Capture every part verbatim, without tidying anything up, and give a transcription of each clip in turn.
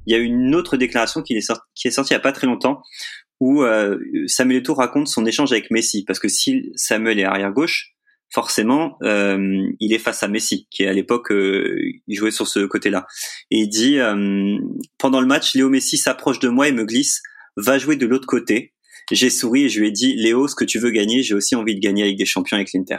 il y a une autre déclaration qui est sortie, qui est sortie il y a pas très longtemps, où euh, Samuel Eto'o raconte son échange avec Messi, parce que si Samuel est arrière gauche, forcément, euh, il est face à Messi, qui à l'époque euh, il jouait sur ce côté-là, et il dit euh, pendant le match, Léo Messi s'approche de moi et me glisse, va jouer de l'autre côté. J'ai souri et je lui ai dit, Léo, ce que tu veux gagner, j'ai aussi envie de gagner avec des champions avec l'Inter.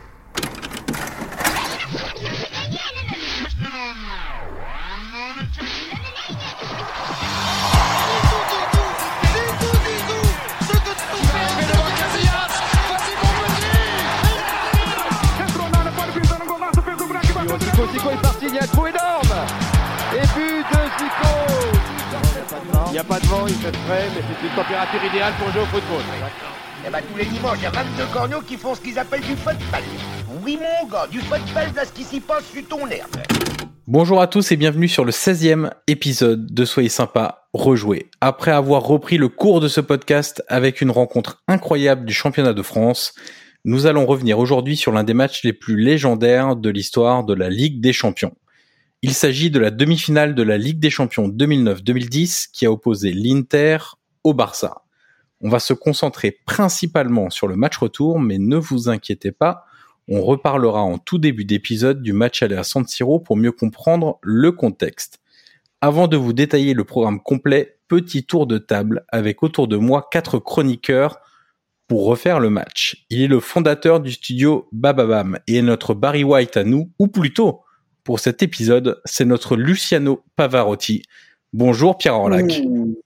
Zico est parti, il y a un trou énorme. Et but de Zico. Il n'y a pas de vent, il fait frais, mais c'est une température idéale pour jouer au football. Eh ben tous les dimanches, il y a vingt-deux corneaux qui font ce qu'ils appellent du football. Oui mon gars, du football, là ce qui s'y passe sur ton herbe. Bonjour à tous et bienvenue sur le seizième épisode de Soyez Sympa, rejoué. Après avoir repris le cours de ce podcast avec une rencontre incroyable du championnat de France, nous allons revenir aujourd'hui sur l'un des matchs les plus légendaires de l'histoire de la Ligue des Champions. Il s'agit de la demi-finale de la Ligue des Champions deux mille neuf deux mille dix qui a opposé l'Inter au Barça. On va se concentrer principalement sur le match retour, mais ne vous inquiétez pas, on reparlera en tout début d'épisode du match aller à San Siro pour mieux comprendre le contexte. Avant de vous détailler le programme complet, petit tour de table avec autour de moi quatre chroniqueurs pour refaire le match. Il est le fondateur du studio Bababam et notre Barry White à nous, ou plutôt, pour cet épisode, c'est notre Luciano Pavarotti. Bonjour Pierre Orlac.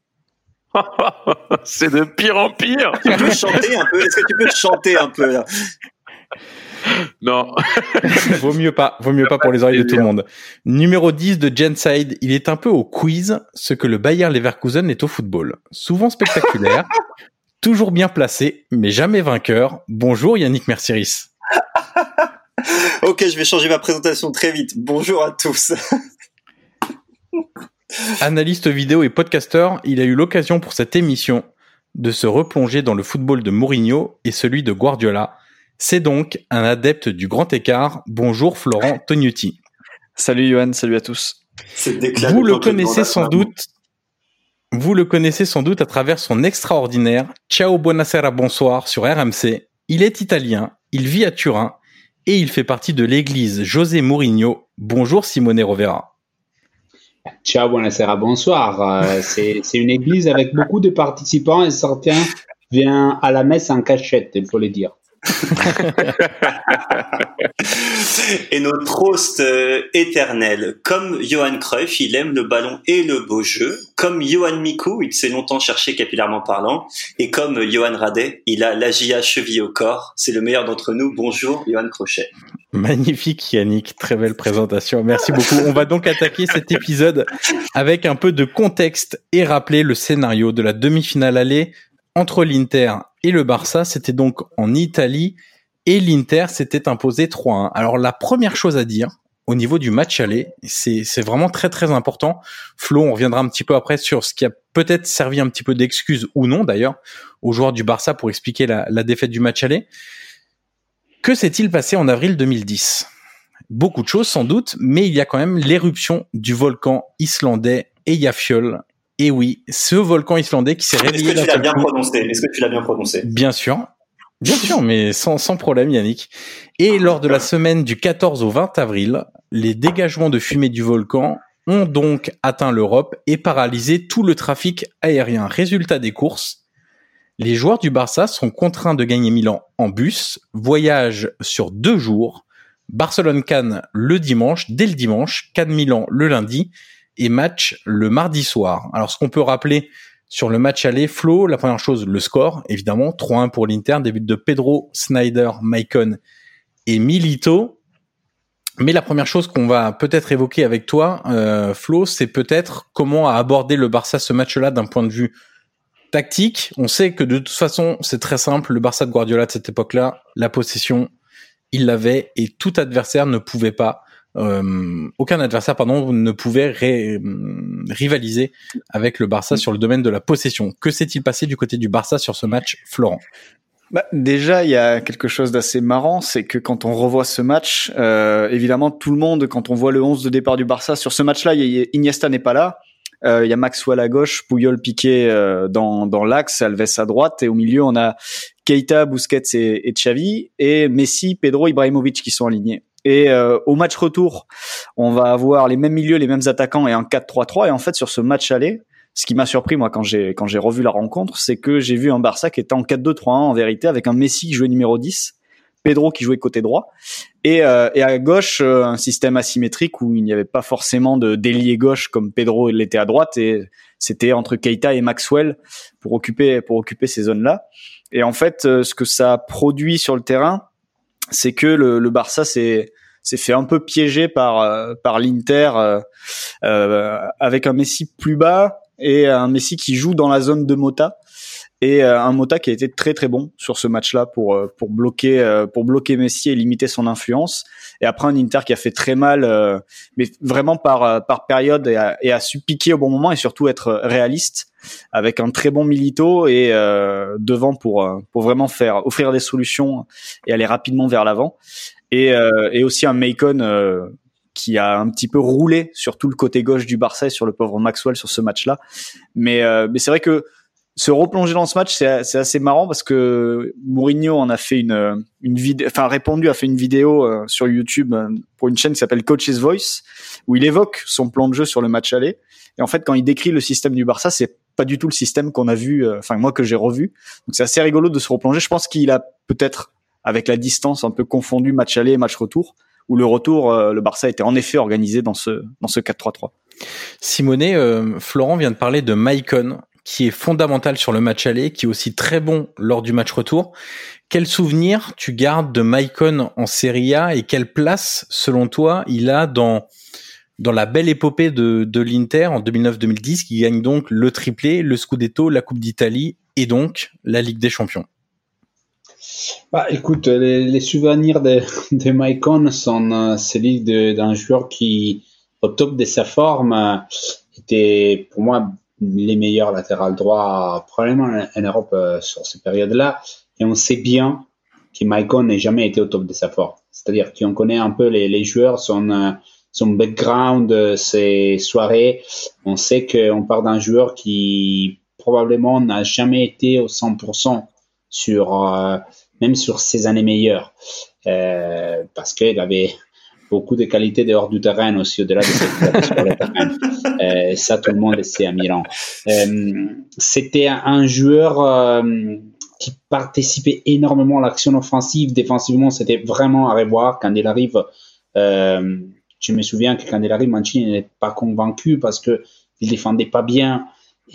C'est de pire en pire. Tu peux chanter un peu? Est-ce que tu peux chanter un peu là? Non. Vaut mieux pas, vaut mieux pas pour les oreilles de tout le monde. Numéro dix de Genside, il est un peu au quiz, ce que le Bayer Leverkusen est au football. Souvent spectaculaire, toujours bien placé, mais jamais vainqueur. Bonjour Yannick Mercieris. Ok, je vais changer ma présentation très vite. Bonjour à tous. Analyste vidéo et podcasteur, il a eu l'occasion pour cette émission de se replonger dans le football de Mourinho et celui de Guardiola. C'est donc un adepte du grand écart. Bonjour Florent Tognuti. Salut Johan, salut à tous. Vous le connaissez sans doute. Vous le connaissez sans doute à travers son extraordinaire Ciao Buonasera Bonsoir sur R M C. Il est italien, il vit à Turin et il fait partie de l'église José Mourinho. Bonjour Simone Rovera. Ciao, buonasera, bonsoir. Euh, c'est, c'est une église avec beaucoup de participants et certains viennent à la messe en cachette, il faut le dire. Et notre host euh, éternel, comme Johan Cruyff, il aime le ballon et le beau jeu. Comme Johan Mikou, il s'est longtemps cherché capillairement parlant. Et comme Johan Radet, il a l'A J A chevillé au corps. C'est le meilleur d'entre nous. Bonjour, Johan Crochet. Magnifique Yannick, très belle présentation. Merci beaucoup. On va donc attaquer cet épisode avec un peu de contexte et rappeler le scénario de la demi-finale aller entre l'Inter et le Barça. C'était donc en Italie et l'Inter s'était imposé trois un. Alors la première chose à dire au niveau du match aller, c'est, c'est vraiment très très important. Flo, on reviendra un petit peu après sur ce qui a peut-être servi un petit peu d'excuse ou non d'ailleurs aux joueurs du Barça pour expliquer la, la défaite du match aller. Que s'est-il passé en avril deux mille dix? Beaucoup de choses sans doute, mais il y a quand même l'éruption du volcan islandais Eyjafjöll. Et oui, ce volcan islandais qui s'est réveillé. Est-ce que tu l'as bien prononcé? Est-ce que tu l'as bien prononcé? Bien sûr, bien sûr, mais sans, sans problème Yannick. Et lors de la semaine du quatorze au vingt avril, les dégagements de fumée du volcan ont donc atteint l'Europe et paralysé tout le trafic aérien. Résultat des courses, les joueurs du Barça sont contraints de gagner Milan en bus, voyage sur deux jours, Barcelone-Cannes le dimanche, dès le dimanche, Cannes-Milan le lundi et match le mardi soir. Alors ce qu'on peut rappeler sur le match aller, Flo, la première chose, le score, évidemment, trois un pour l'Inter, des buts de Pedro, Snyder, Maicon et Milito. Mais la première chose qu'on va peut-être évoquer avec toi, euh, Flo, c'est peut-être comment a abordé le Barça ce match-là d'un point de vue tactique. On sait que de toute façon, c'est très simple. Le Barça de Guardiola de cette époque-là, la possession, il l'avait et tout adversaire ne pouvait pas, euh, aucun adversaire, pardon, ne pouvait ré, rivaliser avec le Barça sur le domaine de la possession. Que s'est-il passé du côté du Barça sur ce match, Florent? Bah, déjà, il y a quelque chose d'assez marrant, c'est que quand on revoit ce match, euh, évidemment, tout le monde, quand on voit le onze de départ du Barça, sur ce match-là, Iniesta n'est pas là. Euh, il y a Maxwell à gauche, Puyol, Piqué euh, dans dans l'axe, Alves à droite, et au milieu on a Keita, Busquets et, et Xavi, et Messi, Pedro, Ibrahimovic qui sont alignés. Et euh, au match retour, on va avoir les mêmes milieux, les mêmes attaquants et un quatre trois trois. Et en fait, sur ce match aller, ce qui m'a surpris moi quand j'ai quand j'ai revu la rencontre, c'est que j'ai vu un Barça qui était en quatre deux trois un en vérité, avec un Messi qui jouait numéro dix, Pedro qui jouait côté droit, et euh, et à gauche euh, un système asymétrique où il n'y avait pas forcément de d'ailier gauche comme Pedro l'était à droite, et c'était entre Keita et Maxwell pour occuper pour occuper ces zones-là. Et en fait, euh, ce que ça a produit sur le terrain, c'est que le, le Barça s'est, s'est fait un peu piéger par, euh, par l'Inter euh, euh, avec un Messi plus bas et un Messi qui joue dans la zone de Mota, et euh, un Mota qui a été très très bon sur ce match-là pour euh, pour bloquer euh, pour bloquer Messi et limiter son influence. Et après un Inter qui a fait très mal, euh, mais vraiment par par période, et a, et a su piquer au bon moment et surtout être réaliste avec un très bon Milito et euh, devant pour pour vraiment faire offrir des solutions et aller rapidement vers l'avant, et euh, et aussi un Maicon euh, qui a un petit peu roulé sur tout le côté gauche du Barça et sur le pauvre Maxwell sur ce match-là. Mais euh, mais c'est vrai que se replonger dans ce match, c'est, c'est assez marrant parce que Mourinho en a fait une, une vidéo, enfin, répondu, a fait une vidéo euh, sur YouTube euh, pour une chaîne qui s'appelle Coach's Voice, où il évoque son plan de jeu sur le match aller. Et en fait, quand il décrit le système du Barça, c'est pas du tout le système qu'on a vu, euh, enfin, moi que j'ai revu. Donc c'est assez rigolo de se replonger. Je pense qu'il a peut-être, avec la distance, un peu confondu match aller et match retour, où le retour, euh, le Barça était en effet organisé dans ce, dans ce quatre trois trois. Simonet, euh, Florent vient de parler de Maicon, qui est fondamental sur le match aller, qui est aussi très bon lors du match retour. Quel souvenir tu gardes de Maicon en Serie A et quelle place, selon toi, il a dans dans la belle épopée de, de l'Inter en deux mille neuf deux mille dix, qui gagne donc le triplé, le Scudetto, la Coupe d'Italie et donc la Ligue des Champions? Bah, écoute, les, les souvenirs de, de Maicon sont euh, celui de, d'un joueur qui, au top de sa forme, euh, était pour moi les meilleurs latérales droits probablement en Europe euh, sur cette période-là. Et on sait bien que Maicon n'a jamais été au top de sa forme. C'est-à-dire qu'on connaît un peu les, les joueurs, son, euh, son background, euh, ses soirées. On sait qu'on part d'un joueur qui probablement n'a jamais été au cent pour cent sur, euh, même sur ses années meilleures. Euh, parce qu'il avait beaucoup de qualités dehors du terrain aussi, au-delà de cette sur le terrain. Euh, ça, tout le monde le sait à Milan. Euh, c'était un joueur euh, qui participait énormément à l'action offensive. Défensivement, c'était vraiment à revoir. Quand il arrive, euh, je me souviens que quand il arrive, Mancini n'était pas convaincu parce que il défendait pas bien.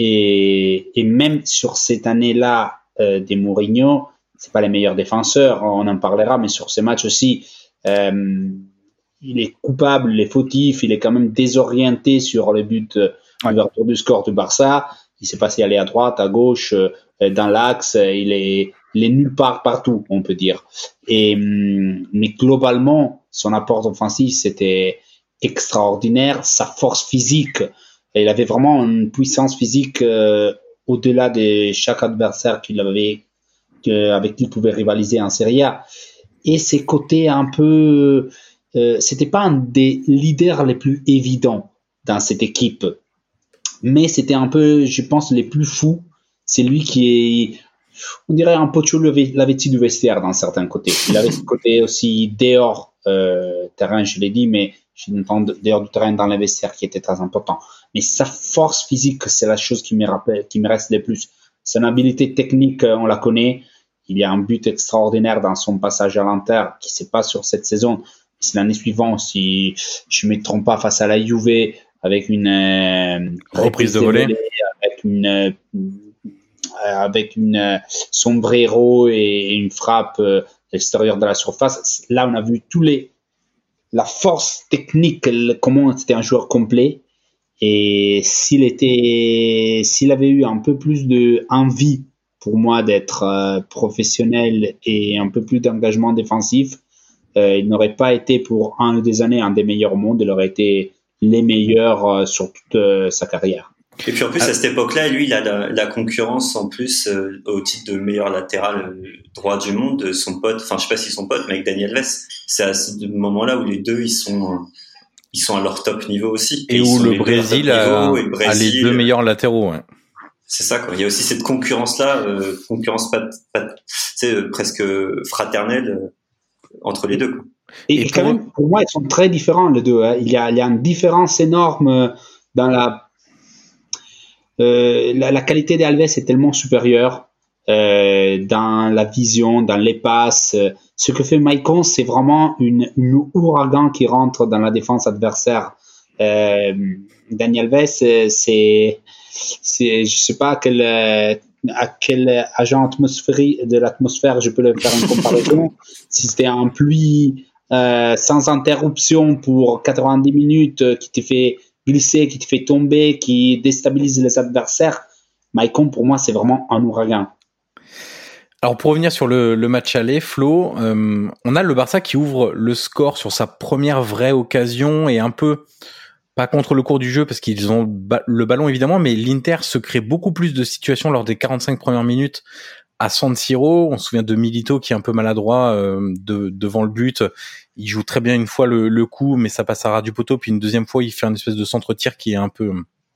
Et, et même sur cette année-là euh, de Mourinho, c'est pas les meilleurs défenseurs, on en parlera, mais sur ces matchs aussi, euh, il est coupable, il est fautif, il est quand même désorienté sur le but euh, l'ouverture du score du Barça. Il s'est passé aller à droite, à gauche, euh, dans l'axe. Il est, il est nulle part partout, on peut dire. Et mais globalement, son apport offensif c'était extraordinaire. Sa force physique, il avait vraiment une puissance physique euh, au-delà de chaque adversaire qu'il avait, que, avec qui il pouvait rivaliser en Serie A. Et ses côtés un peu Euh, c'était pas un des leaders les plus évidents dans cette équipe, mais c'était un peu, je pense, les plus fous. C'est lui qui est, on dirait un Pocho Lavezzi du vestiaire dans certains côtés. Il avait ce côté aussi dehors euh, terrain, je l'ai dit, mais je l'entends dehors du terrain dans le vestiaire qui était très important. Mais sa force physique, c'est la chose qui me rappelle, qui me reste le plus. Son habilité technique, on la connaît. Il y a un but extraordinaire dans son passage à l'Inter qui c'est pas sur cette saison. C'est l'année suivante, si je ne me trompe pas, face à la Juve, avec une euh, reprise de volée, avec une, euh, avec une euh, sombrero et une frappe euh, à l'extérieur de la surface. Là, on a vu tous les, la force technique, le, comment c'était un joueur complet. Et s'il était, s'il avait eu un peu plus d'envie pour moi d'être euh, professionnel et un peu plus d'engagement défensif, Euh, il n'aurait pas été pour un ou des années un des meilleurs au monde, il aurait été les meilleurs euh, sur toute euh, sa carrière. Et puis en plus, à cette époque-là, lui, il a la, la concurrence en plus euh, au titre de meilleur latéral euh, droit du monde, son pote, enfin je sais pas s'ils sont potes, mais avec Dani Alves. C'est à ce moment-là où les deux, ils sont... Euh, ils sont à leur top niveau aussi. Et, et où le Brésil, a, le Brésil a les deux meilleurs latéraux. Ouais. C'est ça, quoi. Il y a aussi cette concurrence-là, euh, concurrence pas, pas, c'est euh, presque fraternelle euh, entre les deux, quoi. Et, et, et quand pour... même, pour moi, ils sont très différents les deux. Hein. Il y a, il y a une différence énorme dans la, euh, la, la qualité d'Alves est tellement supérieure euh, dans la vision, dans les passes. Ce que fait Maicon, c'est vraiment une, une ouragan qui rentre dans la défense adversaire. Euh, Dani Alves, c'est, c'est, je sais pas à quel, à quel agent atmosphérique de l'atmosphère je peux le faire une comparaison. Si c'était un pluie euh, sans interruption pour quatre-vingt-dix minutes euh, qui te fait glisser, qui te fait tomber, qui déstabilise les adversaires, Maicon pour moi c'est vraiment un ouragan. Alors pour revenir sur le, le match aller, Flo, euh, on a le Barça qui ouvre le score sur sa première vraie occasion et un peu pas contre le cours du jeu parce qu'ils ont ba- le ballon évidemment, mais l'Inter se crée beaucoup plus de situations lors des quarante-cinq premières minutes à San Siro. On se souvient de Milito qui est un peu maladroit euh, de, devant le but. Il joue très bien une fois le, le coup, mais ça passe à ras du poteau. Puis une deuxième fois, il fait une espèce de centre-tir qui est un peu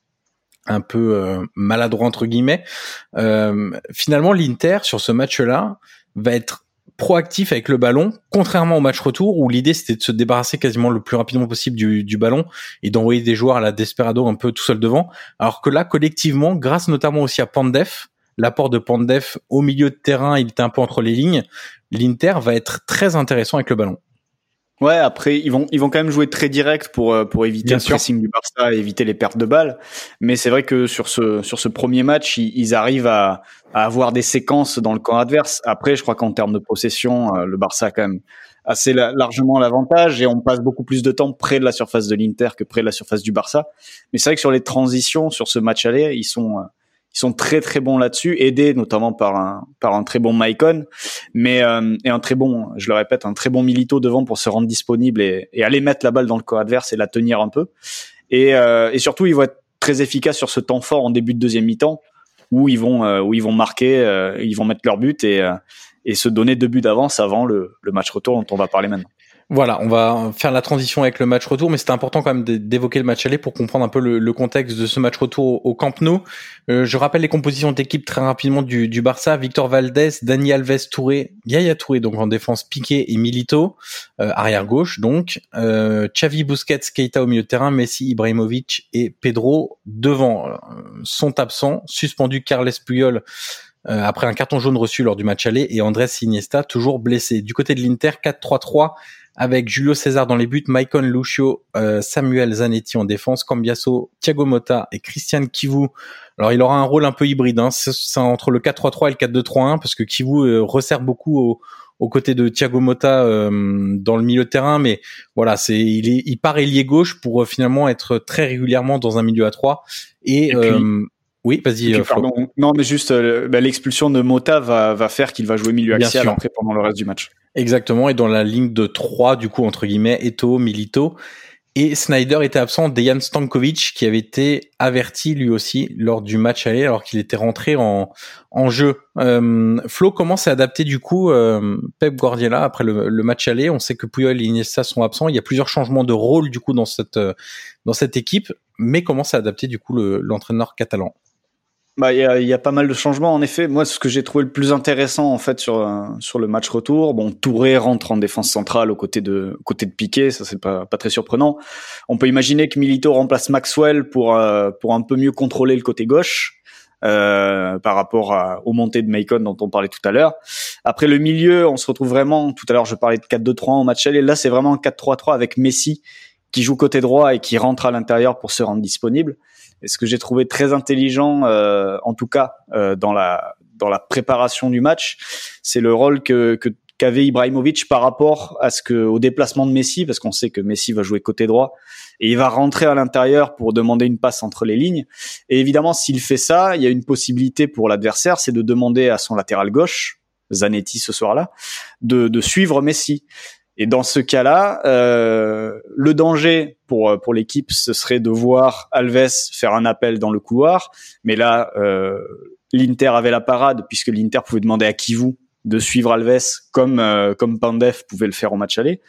un peu euh, maladroit entre guillemets. Euh, finalement, l'Inter sur ce match-là va être proactif avec le ballon, contrairement au match retour où l'idée c'était de se débarrasser quasiment le plus rapidement possible du, du ballon et d'envoyer des joueurs à la desperado un peu tout seul devant. Alors que là, collectivement, grâce notamment aussi à Pandev, l'apport de Pandev au milieu de terrain, il était un peu entre les lignes, l'Inter va être très intéressant avec le ballon. Ouais, après ils vont ils vont quand même jouer très direct pour pour éviter Bien le sûr. pressing du Barça et éviter les pertes de balles. Mais c'est vrai que sur ce sur ce premier match, ils, ils arrivent à, à avoir des séquences dans le camp adverse. Après, je crois qu'en termes de possession, le Barça a quand même assez la, largement l'avantage et on passe beaucoup plus de temps près de la surface de l'Inter que près de la surface du Barça. Mais c'est vrai que sur les transitions, sur ce match aller, ils sont Ils sont très très bons là-dessus, aidés notamment par un par un très bon Maicon, mais euh, et un très bon, je le répète, un très bon Milito devant pour se rendre disponible et, et aller mettre la balle dans le camp adverse et la tenir un peu. Et euh, et surtout ils vont être très efficaces sur ce temps fort en début de deuxième mi-temps où ils vont euh, où ils vont marquer, euh, ils vont mettre leur but et euh, et se donner deux buts d'avance avant le le match retour dont on va parler maintenant. Voilà, on va faire la transition avec le match retour, mais c'était important quand même d'évoquer le match aller pour comprendre un peu le, le contexte de ce match retour au Camp Nou. Euh, je rappelle les compositions d'équipe très rapidement du, du Barça. Victor Valdés, Dani Alves, Touré, Yaya Touré donc en défense, Piqué et Milito, euh, arrière gauche donc. Euh, Xavi, Busquets, Keita au milieu de terrain, Messi, Ibrahimovic et Pedro devant. Euh, sont absents, suspendu Carles Puyol euh, après un carton jaune reçu lors du match aller et Andrés Iniesta toujours blessé. Du côté de l'Inter, quatre trois trois avec Julio César dans les buts, Maicon, Lucio, euh, Samuel Zanetti en défense, Cambiasso, Thiago Motta et Christian Kivu. Alors il aura un rôle un peu hybride, hein. c'est, c'est entre le quatre trois trois et le quatre deux trois un parce que Kivu euh, resserre beaucoup au, aux côtés de Thiago Motta euh, dans le milieu de terrain, mais voilà, c'est il, est, il part ailier gauche pour euh, finalement être très régulièrement dans un milieu à trois. Et, et euh, puis... Oui, vas-y. Puis, pardon. Non, mais juste euh, bah, l'expulsion de Motta va va faire qu'il va jouer milieu axial après pendant le reste du match. Exactement, et dans la ligne de trois, du coup, entre guillemets, Eto'o, Milito. Et Sneijder était absent, Dejan Stankovic, qui avait été averti lui aussi lors du match aller, alors qu'il était rentré en en jeu. Euh, Flo, comment s'est adapté du coup euh, Pep Guardiola après le, le match aller? On sait que Puyol et Iniesta sont absents. Il y a plusieurs changements de rôle du coup dans cette dans cette équipe, mais comment s'est adapté du coup le, l'entraîneur catalan? Bah, il y a, il y a pas mal de changements, en effet. Moi, ce que j'ai trouvé le plus intéressant, en fait, sur, sur le match retour, bon, Touré rentre en défense centrale aux côtés de, aux côtés de Piqué. Ça, c'est pas, pas très surprenant. On peut imaginer que Milito remplace Maxwell pour, euh, pour un peu mieux contrôler le côté gauche, euh, par rapport à, aux montées de Maicon dont on parlait tout à l'heure. Après, le milieu, on se retrouve vraiment, tout à l'heure, je parlais de quatre deux trois en match aller. Là, c'est vraiment un quatre trois trois avec Messi qui joue côté droit et qui rentre à l'intérieur pour se rendre disponible. Et ce que j'ai trouvé très intelligent, euh, en tout cas euh, dans la dans la préparation du match, c'est le rôle que, que qu'avait Ibrahimovic par rapport à ce que au déplacement de Messi, parce qu'on sait que Messi va jouer côté droit et il va rentrer à l'intérieur pour demander une passe entre les lignes. Et évidemment, s'il fait ça, il y a une possibilité pour l'adversaire, c'est de demander à son latéral gauche, Zanetti ce soir-là, de de suivre Messi. Et dans ce cas-là, euh, le danger pour pour l'équipe, ce serait de voir Alves faire un appel dans le couloir. Mais là, euh, l'Inter avait la parade puisque l'Inter pouvait demander à Kivu de suivre Alves comme euh, comme Pandev pouvait le faire au match aller.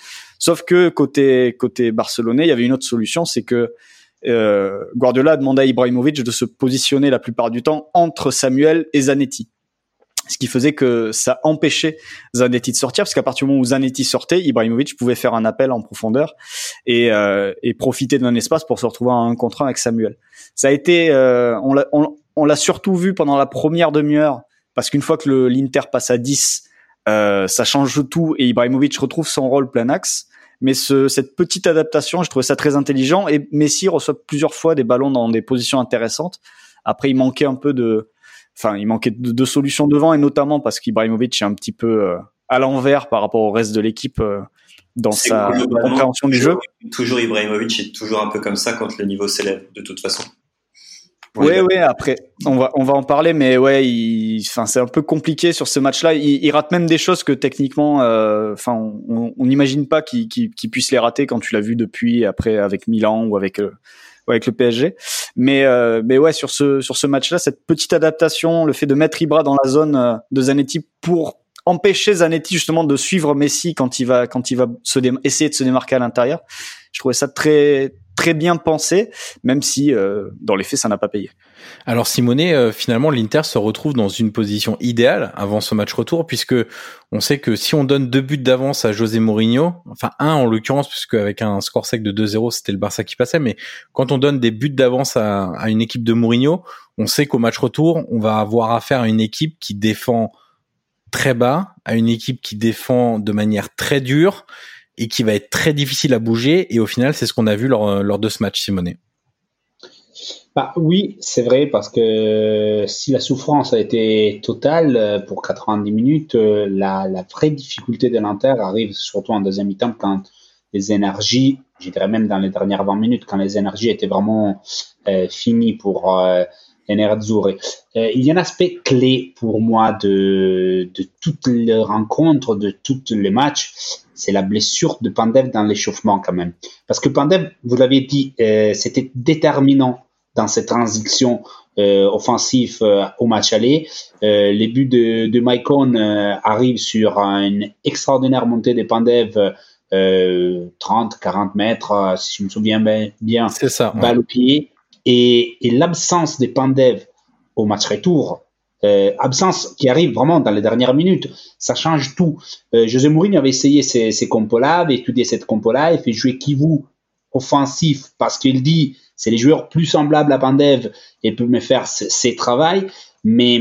Sauf que côté côté barcelonais, il y avait une autre solution, c'est que euh, Guardiola a demandé à Ibrahimovic de se positionner la plupart du temps entre Samuel et Zanetti. Ce qui faisait que ça empêchait Zanetti de sortir, parce qu'à partir du moment où Zanetti sortait, Ibrahimovic pouvait faire un appel en profondeur et, euh, et profiter d'un espace pour se retrouver en un contre un avec Samuel. Ça a été, euh, on, l'a, on, on l'a surtout vu pendant la première demi-heure, parce qu'une fois que le, l'Inter passe à dix, euh, ça change tout et Ibrahimovic retrouve son rôle plein axe. Mais ce, cette petite adaptation, je trouvais ça très intelligent, et Messi reçoit plusieurs fois des ballons dans des positions intéressantes. Après, il manquait un peu de Enfin, il manquait de, de solutions devant, et notamment parce qu'Ibrahimovic est un petit peu euh, à l'envers par rapport au reste de l'équipe euh, dans c'est sa compréhension du jeu. Toujours Ibrahimovic est toujours un peu comme ça quand le niveau s'élève, de toute façon. Oui, oui, ouais, après, on va, on va en parler, mais ouais, il, enfin, c'est un peu compliqué sur ce match-là. Il, il rate même des choses que techniquement, enfin, euh, on, on n'imagine pas qu'il, qu'il, qu'il puisse les rater quand tu l'as vu depuis, après, avec Milan ou avec, euh, avec le P S G. Mais, euh, mais ouais, sur ce, sur ce match-là, cette petite adaptation, le fait de mettre Ibra dans la zone de Zanetti pour empêcher Zanetti justement de suivre Messi quand il va, quand il va se dé- essayer de se démarquer à l'intérieur. Je trouvais ça très, très bien pensé, même si euh, dans les faits ça n'a pas payé. Alors Simonet, euh, finalement l'Inter se retrouve dans une position idéale avant ce match retour, puisque on sait que si on donne deux buts d'avance à José Mourinho, enfin un en l'occurrence, puisque avec un score sec de deux zéro c'était le Barça qui passait, mais quand on donne des buts d'avance à, à une équipe de Mourinho, on sait qu'au match retour on va avoir affaire à une équipe qui défend très bas, à une équipe qui défend de manière très dure et qui va être très difficile à bouger, et au final c'est ce qu'on a vu lors, lors de ce match, Simonet. Bah, oui, c'est vrai, parce que si la souffrance a été totale pour quatre-vingt-dix minutes, la, la vraie difficulté de l'Inter arrive surtout en deuxième mi-temps, quand les énergies, je dirais même dans les dernières vingt minutes, quand les énergies étaient vraiment euh, finies pour euh, les Nerazzurri. Euh, il y a un aspect clé pour moi de, de toutes les rencontres, de tous les matchs, c'est la blessure de Pandev dans l'échauffement quand même. Parce que Pandev, vous l'avez dit, euh, c'était déterminant dans cette transition euh, offensive euh, au match aller. Euh, les buts de, de Maicon euh, arrivent sur une extraordinaire montée de Pandev, euh, trente, quarante mètres, si je me souviens bien, c'est ça, balle ouais. au pied. Et, et l'absence de Pandev au match retour, euh, absence qui arrive vraiment dans les dernières minutes, ça change tout. Euh, José Mourinho avait essayé ces, ces compos-là, avait étudié cette compo-là, et fait jouer Kivu offensif, parce qu'il dit c'est les joueurs plus semblables à Pandev et peuvent me faire ses travaux, mais,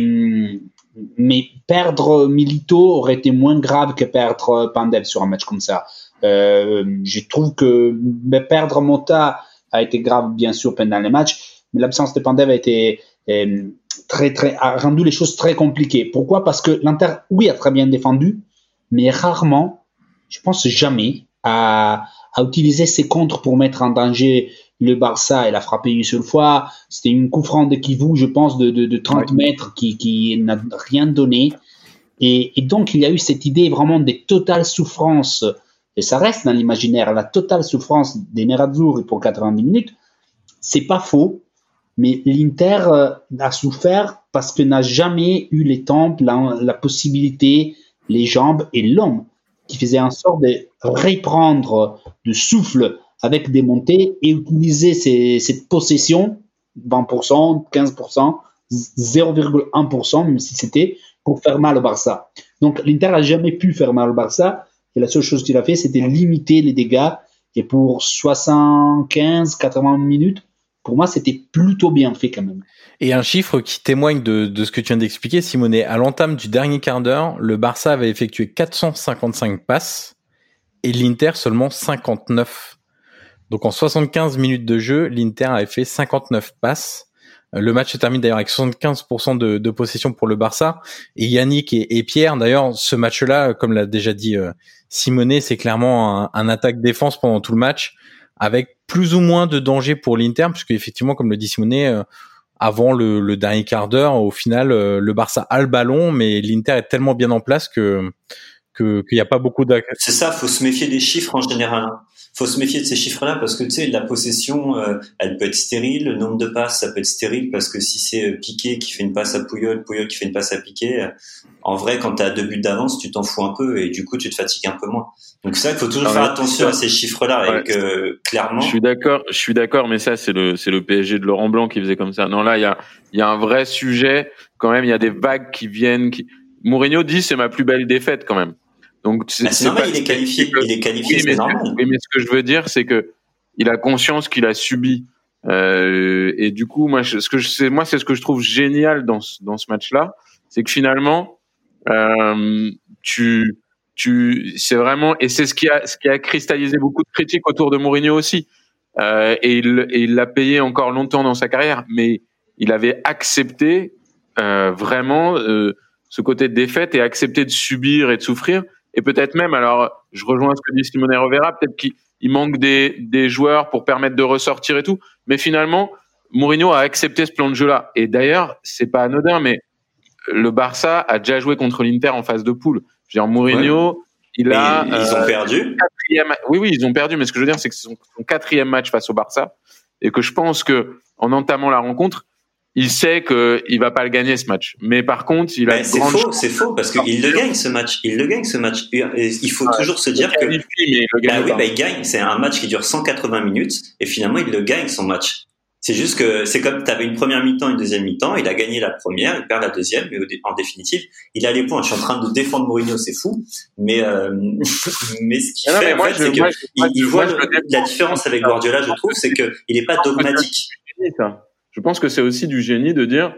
mais perdre Milito aurait été moins grave que perdre Pandev sur un match comme ça. Euh, je trouve que perdre Mota a été grave, bien sûr, pendant les matchs, mais l'absence de Pandev a été euh, très, très, a rendu les choses très compliquées. Pourquoi? Parce que l'Inter, oui, a très bien défendu, mais rarement, je pense jamais, à, à utiliser ses contres pour mettre en danger le Barça. Elle a frappé une seule fois. C'était une coup franc de Kivu, je pense, de, de, de trente ouais. mètres qui, qui n'a rien donné. Et, et donc, il y a eu cette idée vraiment de totale souffrance. Et ça reste dans l'imaginaire, la totale souffrance des Nerazzurri pour quatre-vingt-dix minutes. C'est pas faux, mais l'Inter euh, a souffert parce que n'a jamais eu les tempes, la, la possibilité, les jambes et l'homme qui faisait en sorte de reprendre de souffle avec des montées et utiliser ces, cette possession, vingt pour cent, quinze pour cent, zéro virgule un pour cent, même si c'était pour faire mal au Barça. Donc l'Inter n'a jamais pu faire mal au Barça, et la seule chose qu'il a fait, c'était limiter les dégâts, et pour soixante-quinze à quatre-vingts minutes, pour moi, c'était plutôt bien fait quand même. Et un chiffre qui témoigne de, de ce que tu viens d'expliquer, Simonet, à l'entame du dernier quart d'heure, le Barça avait effectué quatre cent cinquante-cinq passes et l'Inter seulement cinquante-neuf. Donc en soixante-quinze minutes de jeu, l'Inter avait fait cinquante-neuf passes. Le match se termine d'ailleurs avec soixante-quinze pour cent de, de possession pour le Barça. Et Yannick et, et Pierre, d'ailleurs, ce match-là, comme l'a déjà dit euh, Simonet, c'est clairement un, un attaque-défense pendant tout le match, avec plus ou moins de danger pour l'Inter, puisque effectivement, comme le dit Simonet, euh, avant le, le dernier quart d'heure, au final, euh, le Barça a le ballon, mais l'Inter est tellement bien en place que que qu'il n'y a pas beaucoup d'actes. C'est ça, faut se méfier des chiffres en général. faut se méfier de ces chiffres-là parce que tu sais, la possession, euh, elle peut être stérile. Le nombre de passes, ça peut être stérile parce que si c'est Piqué qui fait une passe à Puyol, Puyol qui fait une passe à Piqué, euh, en vrai, quand t'as deux buts d'avance, tu t'en fous un peu et du coup, tu te fatigues un peu moins. Donc c'est ça qu'il faut toujours non, faire mais attention à ces chiffres-là ouais. et que clairement. Je suis d'accord, je suis d'accord, mais ça c'est le c'est le P S G de Laurent Blanc qui faisait comme ça. Non, là il y a il y a un vrai sujet quand même. Il y a des vagues qui viennent. Qui... Mourinho dit c'est ma plus belle défaite quand même. Donc c'est, bah, c'est, c'est normal, pas, il est qualifié, que, il est qualifié, oui, c'est normal. Oui, mais ce que je veux dire, c'est que il a conscience qu'il a subi. Euh, et du coup, moi, je, ce que je sais, moi, c'est ce que je trouve génial dans ce, dans ce match-là, c'est que finalement, euh, tu, tu, c'est vraiment, et c'est ce qui a, ce qui a cristallisé beaucoup de critiques autour de Mourinho aussi. Euh, et il, et il l'a payé encore longtemps dans sa carrière, mais il avait accepté euh, vraiment euh, ce côté de défaite et accepté de subir et de souffrir. Et peut-être même, alors, je rejoins ce que dit Simone Rovera, peut-être qu'il il manque des, des joueurs pour permettre de ressortir et tout. Mais finalement, Mourinho a accepté ce plan de jeu-là. Et d'ailleurs, c'est pas anodin, mais le Barça a déjà joué contre l'Inter en phase de poule. Je veux dire, Mourinho, ouais. il mais a... Ils euh, ont perdu quatrième... Oui, oui, ils ont perdu. Mais ce que je veux dire, c'est que c'est son, son quatrième match face au Barça. Et que je pense que en entamant la rencontre, il sait qu'il va pas le gagner ce match, mais par contre, il a. Ben, c'est faux, chance. c'est faux parce qu'il le gagne ce match. Il le gagne ce match. Il faut ouais, toujours se dire que. Mais il le gagne bah oui, bah il gagne. C'est un match qui dure cent quatre-vingts minutes et finalement il le gagne son match. C'est juste que c'est comme t'avais une première mi-temps, une deuxième mi-temps. Il a gagné la première, il perd la deuxième, mais en définitive, il a les points. Je suis en train de défendre Mourinho, c'est fou, mais euh, mais ce qu'il non, fait, en fait, je, c'est que moi, il, il voit le, la différence avec Guardiola, je trouve, c'est que il est pas dogmatique. Je pense que c'est aussi du génie de dire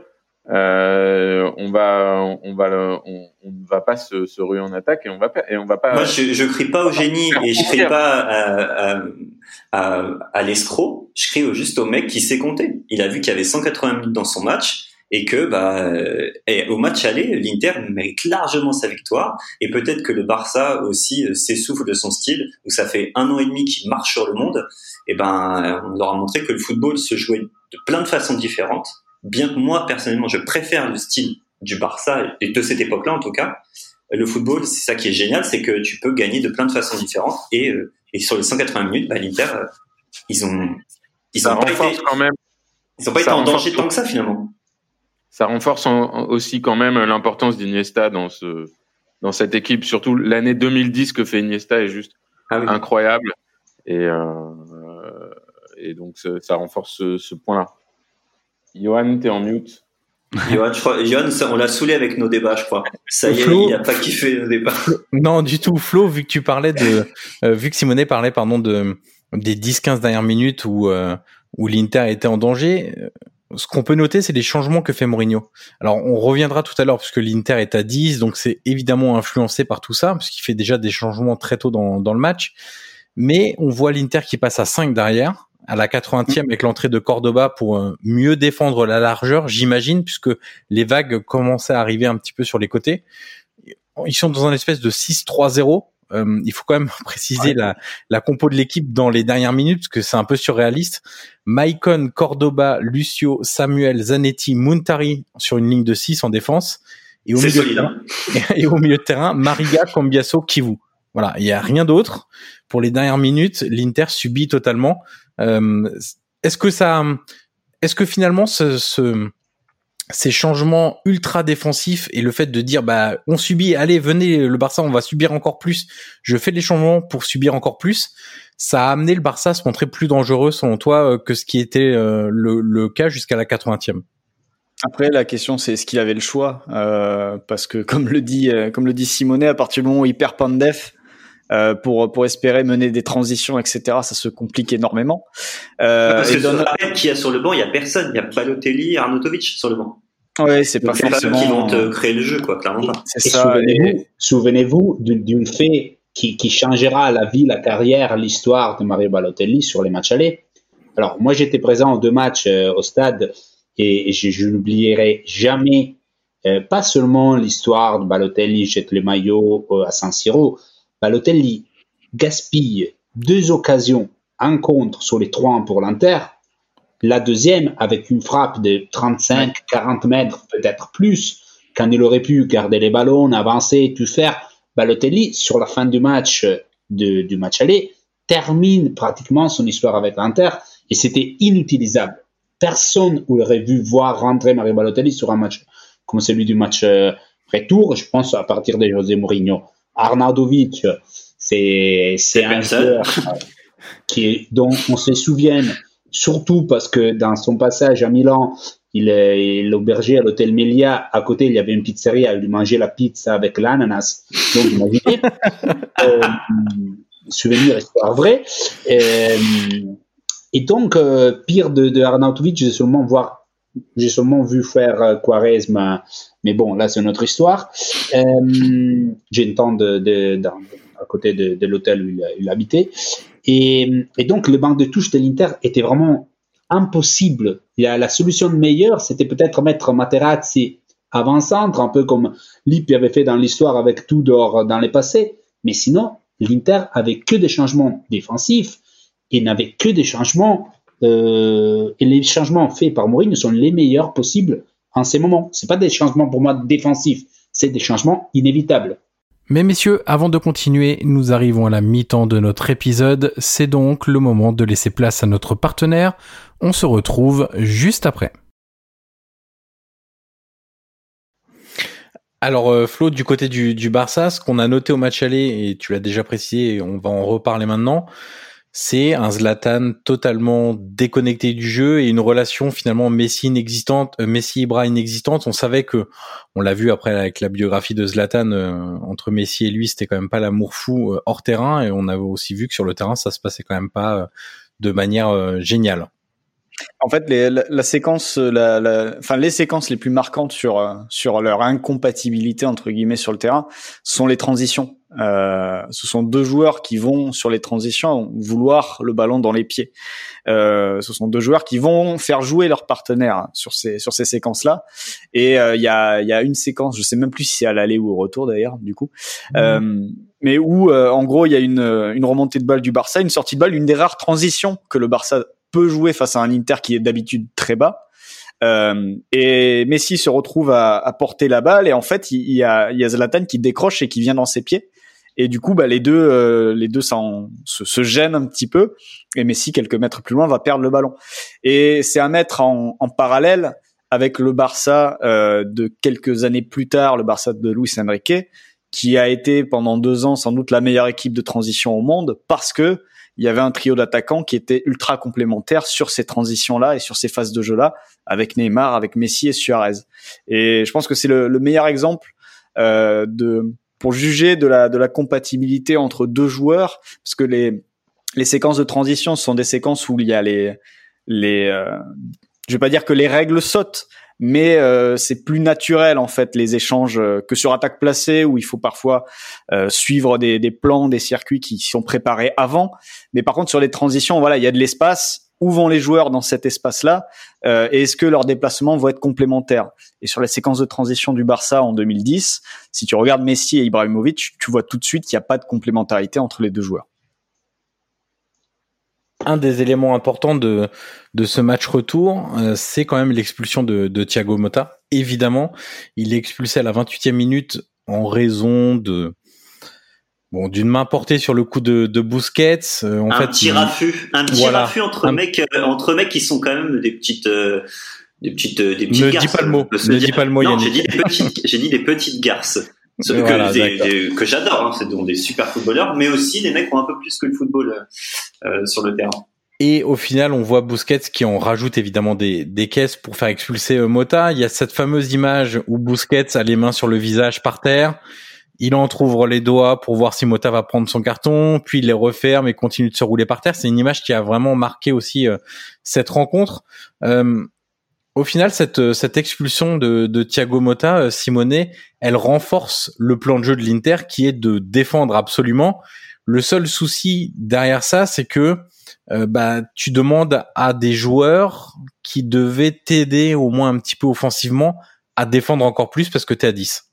euh, on va on va le, on, on ne va pas se, se ruer en attaque et on va pas et on va pas. Moi je je crie pas au génie et je crie pas à à, à, à l'escroc, je crie juste au mec qui sait compter. Il a vu qu'il y avait cent quatre-vingts minutes dans son match et que bah et au match aller, l'Inter mérite largement sa victoire et peut-être que le Barça aussi s'essouffle de son style où ça fait un an et demi qu'il marche sur le monde. Et ben on leur a montré que le football se jouait de plein de façons différentes, bien que moi personnellement je préfère le style du Barça et de cette époque-là en tout cas. Le football, c'est ça qui est génial, c'est que tu peux gagner de plein de façons différentes et euh, et sur les cent quatre-vingts minutes, bah l'Inter euh, ils ont ils ça ont pas été quand même ils ont pas été en danger tant que ça finalement. Ça renforce en, aussi quand même l'importance d'Iniesta dans ce dans cette équipe, surtout l'année deux mille dix que fait Iniesta est juste ah oui. incroyable et euh, et donc ça renforce ce, ce point-là. Johan, t'es en mute. Johan, je crois, Johan, ça, on l'a saoulé avec nos débats, je crois. Ça y est, Flo, il a pas kiffé nos débats. Non, du tout. Flo, vu que tu parlais de, euh, vu que Simonet parlait, pardon, de des dix quinze dernières minutes où euh, où l'Inter était en danger. Ce qu'on peut noter, c'est les changements que fait Mourinho. Alors, on reviendra tout à l'heure puisque l'Inter est à dix, donc c'est évidemment influencé par tout ça, puisqu'il fait déjà des changements très tôt dans dans le match. Mais on voit l'Inter qui passe à cinq derrière, à la quatre-vingtième avec l'entrée de Cordoba pour euh, mieux défendre la largeur, j'imagine, puisque les vagues commençaient à arriver un petit peu sur les côtés. Ils sont dans un espèce de six trois zéro. Euh, il faut quand même préciser ouais. la, la compo de l'équipe dans les dernières minutes, parce que c'est un peu surréaliste. Maicon, Cordoba, Lucio, Samuel, Zanetti, Muntari sur une ligne de six en défense. Et au, milieu solide, de terrain, et au milieu de terrain, Mariga, Cambiasso, Kivu. Voilà, il y a rien d'autre. Pour les dernières minutes, l'Inter subit totalement. Euh, est-ce que ça, est-ce que finalement ce, ce, ces changements ultra défensifs et le fait de dire bah on subit, allez venez le Barça, on va subir encore plus. Je fais des changements pour subir encore plus. Ça a amené le Barça à se montrer plus dangereux selon toi que ce qui était euh, le, le cas jusqu'à la quatre-vingtième. Après, la question, c'est est-ce qu'il avait le choix euh, parce que comme le dit, euh, comme le dit Simonet, à partir du moment où il perd Pandef, Euh, pour pour espérer mener des transitions, et cetera, ça se complique énormément. Euh, Parce que dans le rappel qu'il y a sur le banc, il y a personne, il y a Balotelli, Arnautovic sur le banc. Ouais, c'est Donc pas forcément qui vont te créer le jeu, quoi, clairement pas. C'est et ça. Souvenez-vous, et... souvenez-vous d'une fait qui qui changera la vie, la carrière, l'histoire de Mario Balotelli sur les matchs allés. Alors moi, j'étais présent aux deux matchs euh, au stade et, et je, je n'oublierai jamais euh, pas seulement l'histoire de Balotelli jette le maillot euh, à San Siro. Balotelli gaspille deux occasions en contre sur les trois pour l'Inter. La deuxième, avec une frappe de trente-cinq à quarante mètres, peut-être plus, quand il aurait pu garder les ballons, avancer, tout faire. Balotelli, sur la fin du match, de, du match aller, termine pratiquement son histoire avec l'Inter et c'était inutilisable. Personne n'aurait vu voir rentrer Mario Balotelli sur un match comme celui du match euh, retour, je pense à partir de José Mourinho. Arnautovic, c'est, c'est un joueur qui est, dont on se souvient surtout parce que dans son passage à Milan, il est l'auberger à l'hôtel Melia. À côté, il y avait une pizzeria. Il mangeait la pizza avec l'ananas. Donc, imaginez. euh, souvenir, histoire vraie. Et, et donc, euh, pire de, de Arnautovic, j'ai seulement voir, j'ai seulement vu faire euh, Quaresma. Mais bon, là, c'est notre histoire. Euh, j'ai une tante de, de, de, à côté de, de l'hôtel où il, il habitait. Et, et donc, le banc de touche de l'Inter était vraiment impossible. Il y a la solution meilleure, c'était peut-être mettre Materazzi avant-centre, un peu comme Lippi avait fait dans l'histoire avec Tudor dans les passés. Mais sinon, l'Inter avait que des changements défensifs et n'avait que des changements. Euh, et les changements faits par Mourinho sont les meilleurs possibles en ces moments. C'est pas des changements pour moi défensifs, c'est des changements inévitables. Mais messieurs, avant de continuer, nous arrivons à la mi-temps de notre épisode. C'est donc le moment de laisser place à notre partenaire. On se retrouve juste après. Alors euh, Flo, du côté du, du Barça, ce qu'on a noté au match aller, et tu l'as déjà précisé, et on va en reparler maintenant, c'est un Zlatan totalement déconnecté du jeu et une relation finalement Messi inexistante, euh, Messi-Ibra inexistante. On savait que, on l'a vu après avec la biographie de Zlatan, euh, entre Messi et lui, c'était quand même pas l'amour fou euh, hors terrain, et on avait aussi vu que sur le terrain, ça se passait quand même pas euh, de manière euh, géniale. En fait, les, la, la séquence, la, la, enfin les séquences les plus marquantes sur euh, sur leur incompatibilité entre guillemets sur le terrain sont les transitions. Euh, ce sont deux joueurs qui vont sur les transitions vouloir le ballon dans les pieds. Euh, ce sont deux joueurs qui vont faire jouer leur partenaire sur ces sur ces séquences-là. Et il euh, y a il y a une séquence, je sais même plus si c'est à l'aller ou au retour d'ailleurs, du coup. Mmh. Euh, mais où euh, en gros il y a une une remontée de balle du Barça, une sortie de balle, une des rares transitions que le Barça peut jouer face à un Inter qui est d'habitude très bas. Euh, et Messi se retrouve à, à porter la balle et en fait il, il y a il y a Zlatan qui décroche et qui vient dans ses pieds. Et du coup, bah, les deux, euh, les deux s'en, se, se gênent un petit peu. Et Messi, quelques mètres plus loin, va perdre le ballon. Et c'est à mettre en, en parallèle avec le Barça euh, de quelques années plus tard, le Barça de Luis Enrique, qui a été pendant deux ans sans doute la meilleure équipe de transition au monde parce que il y avait un trio d'attaquants qui était ultra complémentaire sur ces transitions-là et sur ces phases de jeu-là, avec Neymar, avec Messi et Suarez. Et je pense que c'est le, le meilleur exemple euh, de pour juger de la de la compatibilité entre deux joueurs, parce que les les séquences de transition sont des séquences où il y a les les euh, je vais pas dire que les règles sautent, mais euh, c'est plus naturel en fait les échanges euh, que sur attaque placée où il faut parfois euh, suivre des des plans, des circuits qui sont préparés avant. Mais par contre sur les transitions, voilà, il y a de l'espace. Où vont les joueurs dans cet espace-là euh, et est-ce que leurs déplacements vont être complémentaires? Et sur la séquence de transition du Barça en deux mille dix, si tu regardes Messi et Ibrahimovic, tu vois tout de suite qu'il n'y a pas de complémentarité entre les deux joueurs. Un des éléments importants de de ce match retour, euh, c'est quand même l'expulsion de, de Thiago Motta. Évidemment, il est expulsé à la vingt-huitième minute en raison de Bon, d'une main portée sur le coup de, de Busquets. Euh, en un fait, petit il... raffut, un petit voilà. raffut entre un... mecs, euh, entre mecs qui sont quand même des petites, euh, des petites, euh, des petites ne garces. Dis pas le mot. Ne dis pas le mot. Non, Yannick. j'ai dit des petites, j'ai dit des petites garces. Ceux voilà, que, des, des, que j'adore, hein, c'est des super footballeurs, mais aussi des mecs qui ont un peu plus que le football euh, sur le terrain. Et au final, on voit Busquets qui en rajoute évidemment des, des caisses pour faire expulser euh, Motta. Il y a cette fameuse image où Busquets a les mains sur le visage par terre. Il entrouvre les doigts pour voir si Motta va prendre son carton, puis il les referme et continue de se rouler par terre. C'est une image qui a vraiment marqué aussi euh, cette rencontre. Euh, au final, cette, cette expulsion de, de Thiago Motta, euh, Simone, elle renforce le plan de jeu de l'Inter qui est de défendre absolument. Le seul souci derrière ça, c'est que euh, bah tu demandes à des joueurs qui devaient t'aider au moins un petit peu offensivement à défendre encore plus parce que t'es à dix.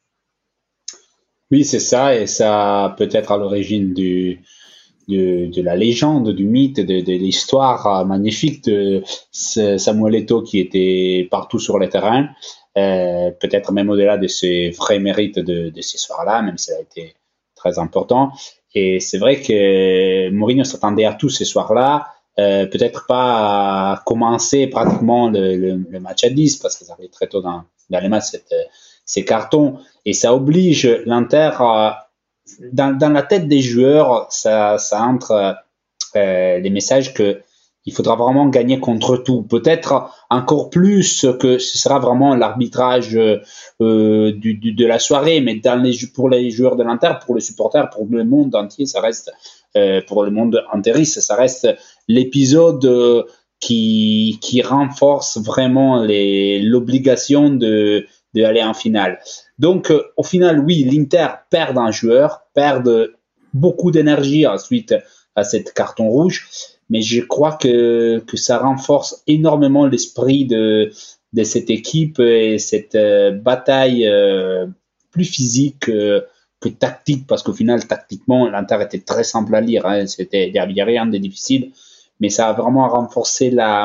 Oui, c'est ça, et ça peut être à l'origine du, de, de la légende, du mythe, de, de l'histoire magnifique de Samuel Eto'o qui était partout sur le terrain, euh, peut-être même au-delà de ses vrais mérites de, de ces soirs-là, même si ça a été très important. Et c'est vrai que Mourinho s'attendait à tout ce soir-là. Euh, peut-être pas à commencer pratiquement le, le, le match à dix, parce que ça arrive très tôt dans, dans les matchs, cette, ces cartons. Et ça oblige l'Inter, euh, dans, dans la tête des joueurs, ça, ça entre euh, les messages que il faudra vraiment gagner contre tout. Peut-être encore plus que ce sera vraiment l'arbitrage euh, du, du, de la soirée, mais dans les, pour les joueurs de l'Inter, pour les supporters, pour le monde entier, ça reste, euh, pour le monde interiste, ça reste l'épisode euh, qui, qui renforce vraiment les, l'obligation de, de aller en finale. Donc, euh, au final, oui, l'Inter perd un joueur, perd beaucoup d'énergie ensuite à cette carton rouge. Mais je crois que, que ça renforce énormément l'esprit de, de cette équipe et cette euh, bataille euh, plus physique euh, que tactique, parce qu'au final, tactiquement, l'Inter était très simple à lire. Hein, c'était, il n'y avait rien de difficile, mais ça a vraiment renforcé la,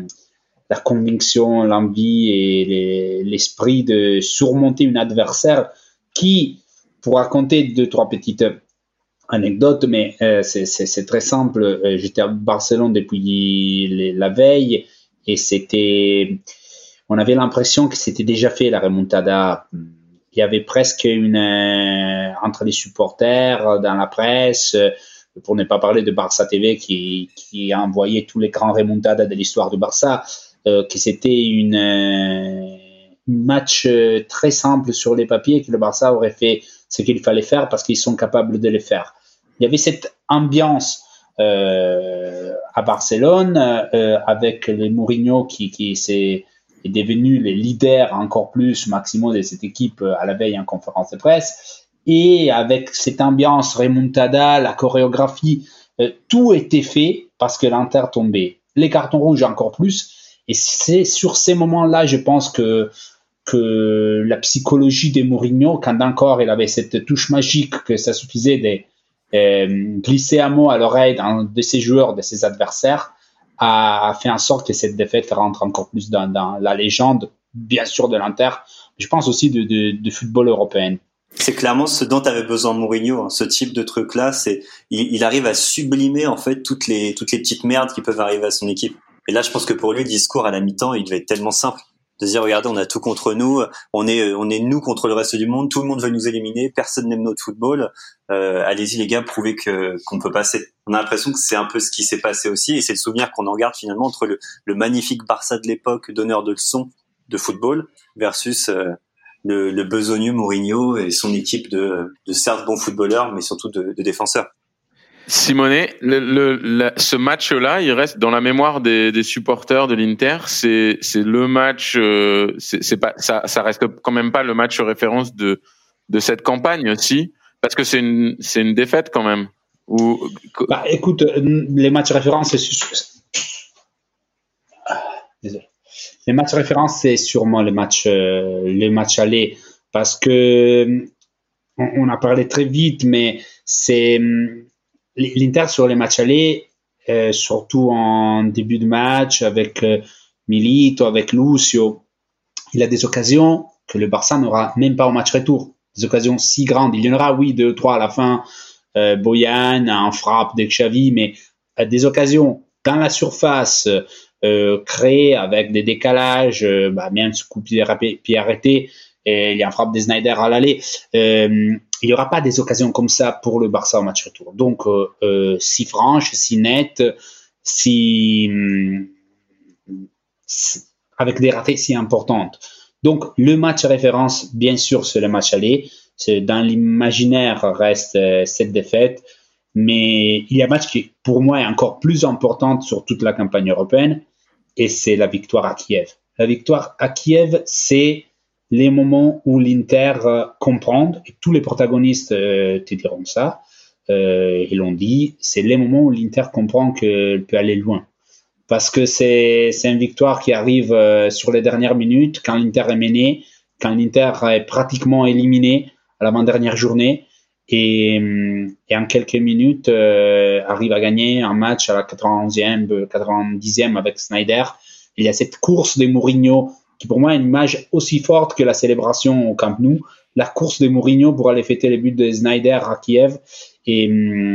la conviction, l'envie et les, l'esprit de surmonter un adversaire qui, pour raconter deux, trois petites anecdote, mais euh, c'est, c'est, c'est très simple. Euh, j'étais à Barcelone depuis les, la veille et c'était, on avait l'impression que c'était déjà fait la remontada. Il y avait presque une euh, entre les supporters, dans la presse, euh, pour ne pas parler de Barça T V qui qui a envoyé tous les grands remontadas de l'histoire du Barça, euh, que c'était une euh, un match très simple sur les papiers, que le Barça aurait fait ce qu'il fallait faire parce qu'ils sont capables de le faire. Il y avait cette ambiance euh, à Barcelone euh, avec les Mourinho qui, qui s'est, est devenu les leaders encore plus maximum de cette équipe à la veille en conférence de presse, et avec cette ambiance remontada, la chorégraphie, euh, tout était fait parce que l'Inter tombait. Les cartons rouges encore plus, et c'est sur ces moments-là, je pense que que la psychologie de Mourinho, quand encore il avait cette touche magique que ça suffisait de euh, glisser un mot à l'oreille d'un de ses joueurs, de ses adversaires, a fait en sorte que cette défaite rentre encore plus dans, dans la légende, bien sûr, de l'Inter, mais je pense aussi de, de, de football européen. C'est clairement ce dont avait besoin Mourinho, hein, ce type de truc-là. C'est, il, il arrive à sublimer en fait toutes les toutes les petites merdes qui peuvent arriver à son équipe. Et là, je pense que pour lui, le discours à la mi-temps, il devait être tellement simple. De dire, regardez, on a tout contre nous, on est, on est nous contre le reste du monde, tout le monde veut nous éliminer, personne n'aime notre football, euh, allez-y les gars, prouvez que, qu'on peut passer. On a l'impression que c'est un peu ce qui s'est passé aussi, et c'est le souvenir qu'on en garde finalement entre le, le magnifique Barça de l'époque, donneur de leçons de football, versus euh, le, le besogneux Mourinho et son équipe de, de certes bons footballeurs, mais surtout de, de défenseurs. Simonet, le, le, la, ce match-là, il reste dans la mémoire des, des supporters de l'Inter. C'est, c'est le match. Euh, c'est, c'est pas, ça, ça reste quand même pas le match référence de de cette campagne aussi, parce que c'est une, c'est une défaite quand même. Ou bah, écoute, les matchs références, c'est désolé. Les matchs références, c'est sûrement le match, euh, le match aller, parce que on, on a parlé très vite, mais c'est l'Inter sur les matchs allés, euh, surtout en début de match avec euh, Milito, avec Lucio, il a des occasions que le Barça n'aura même pas au match retour. Des occasions si grandes. Il y en aura, oui, deux, trois à la fin. Euh, Boyan, en frappe de Xavi, mais euh, des occasions dans la surface euh, créées avec des décalages, euh, bah, même ce coup de pied arrêté, et il y a un frappe de Snyder à l'aller. Euh, il n'y aura pas des occasions comme ça pour le Barça au match retour. Donc, euh, euh, si franche, si nette, si, si avec des ratés si importantes. Donc, le match référence, bien sûr, c'est le match aller. C'est, dans l'imaginaire reste euh, cette défaite. Mais il y a un match qui, pour moi, est encore plus important sur toute la campagne européenne. Et c'est la victoire à Kiev. La victoire à Kiev, c'est les moments où l'Inter euh, comprend, et tous les protagonistes euh, te diront ça, euh, ils l'ont dit, c'est les moments où l'Inter comprend qu'elle peut aller loin. Parce que c'est, c'est une victoire qui arrive euh, sur les dernières minutes, quand l'Inter est mené, quand l'Inter est pratiquement éliminé à l'avant-dernière journée, et, et en quelques minutes euh, arrive à gagner un match à la quatre-vingt-onzième, quatre-vingt-dixième avec Snyder. Il y a cette course de Mourinho, qui pour moi est une image aussi forte que la célébration au Camp Nou, la course de Mourinho pour aller fêter les buts de Snyder à Kiev, Et,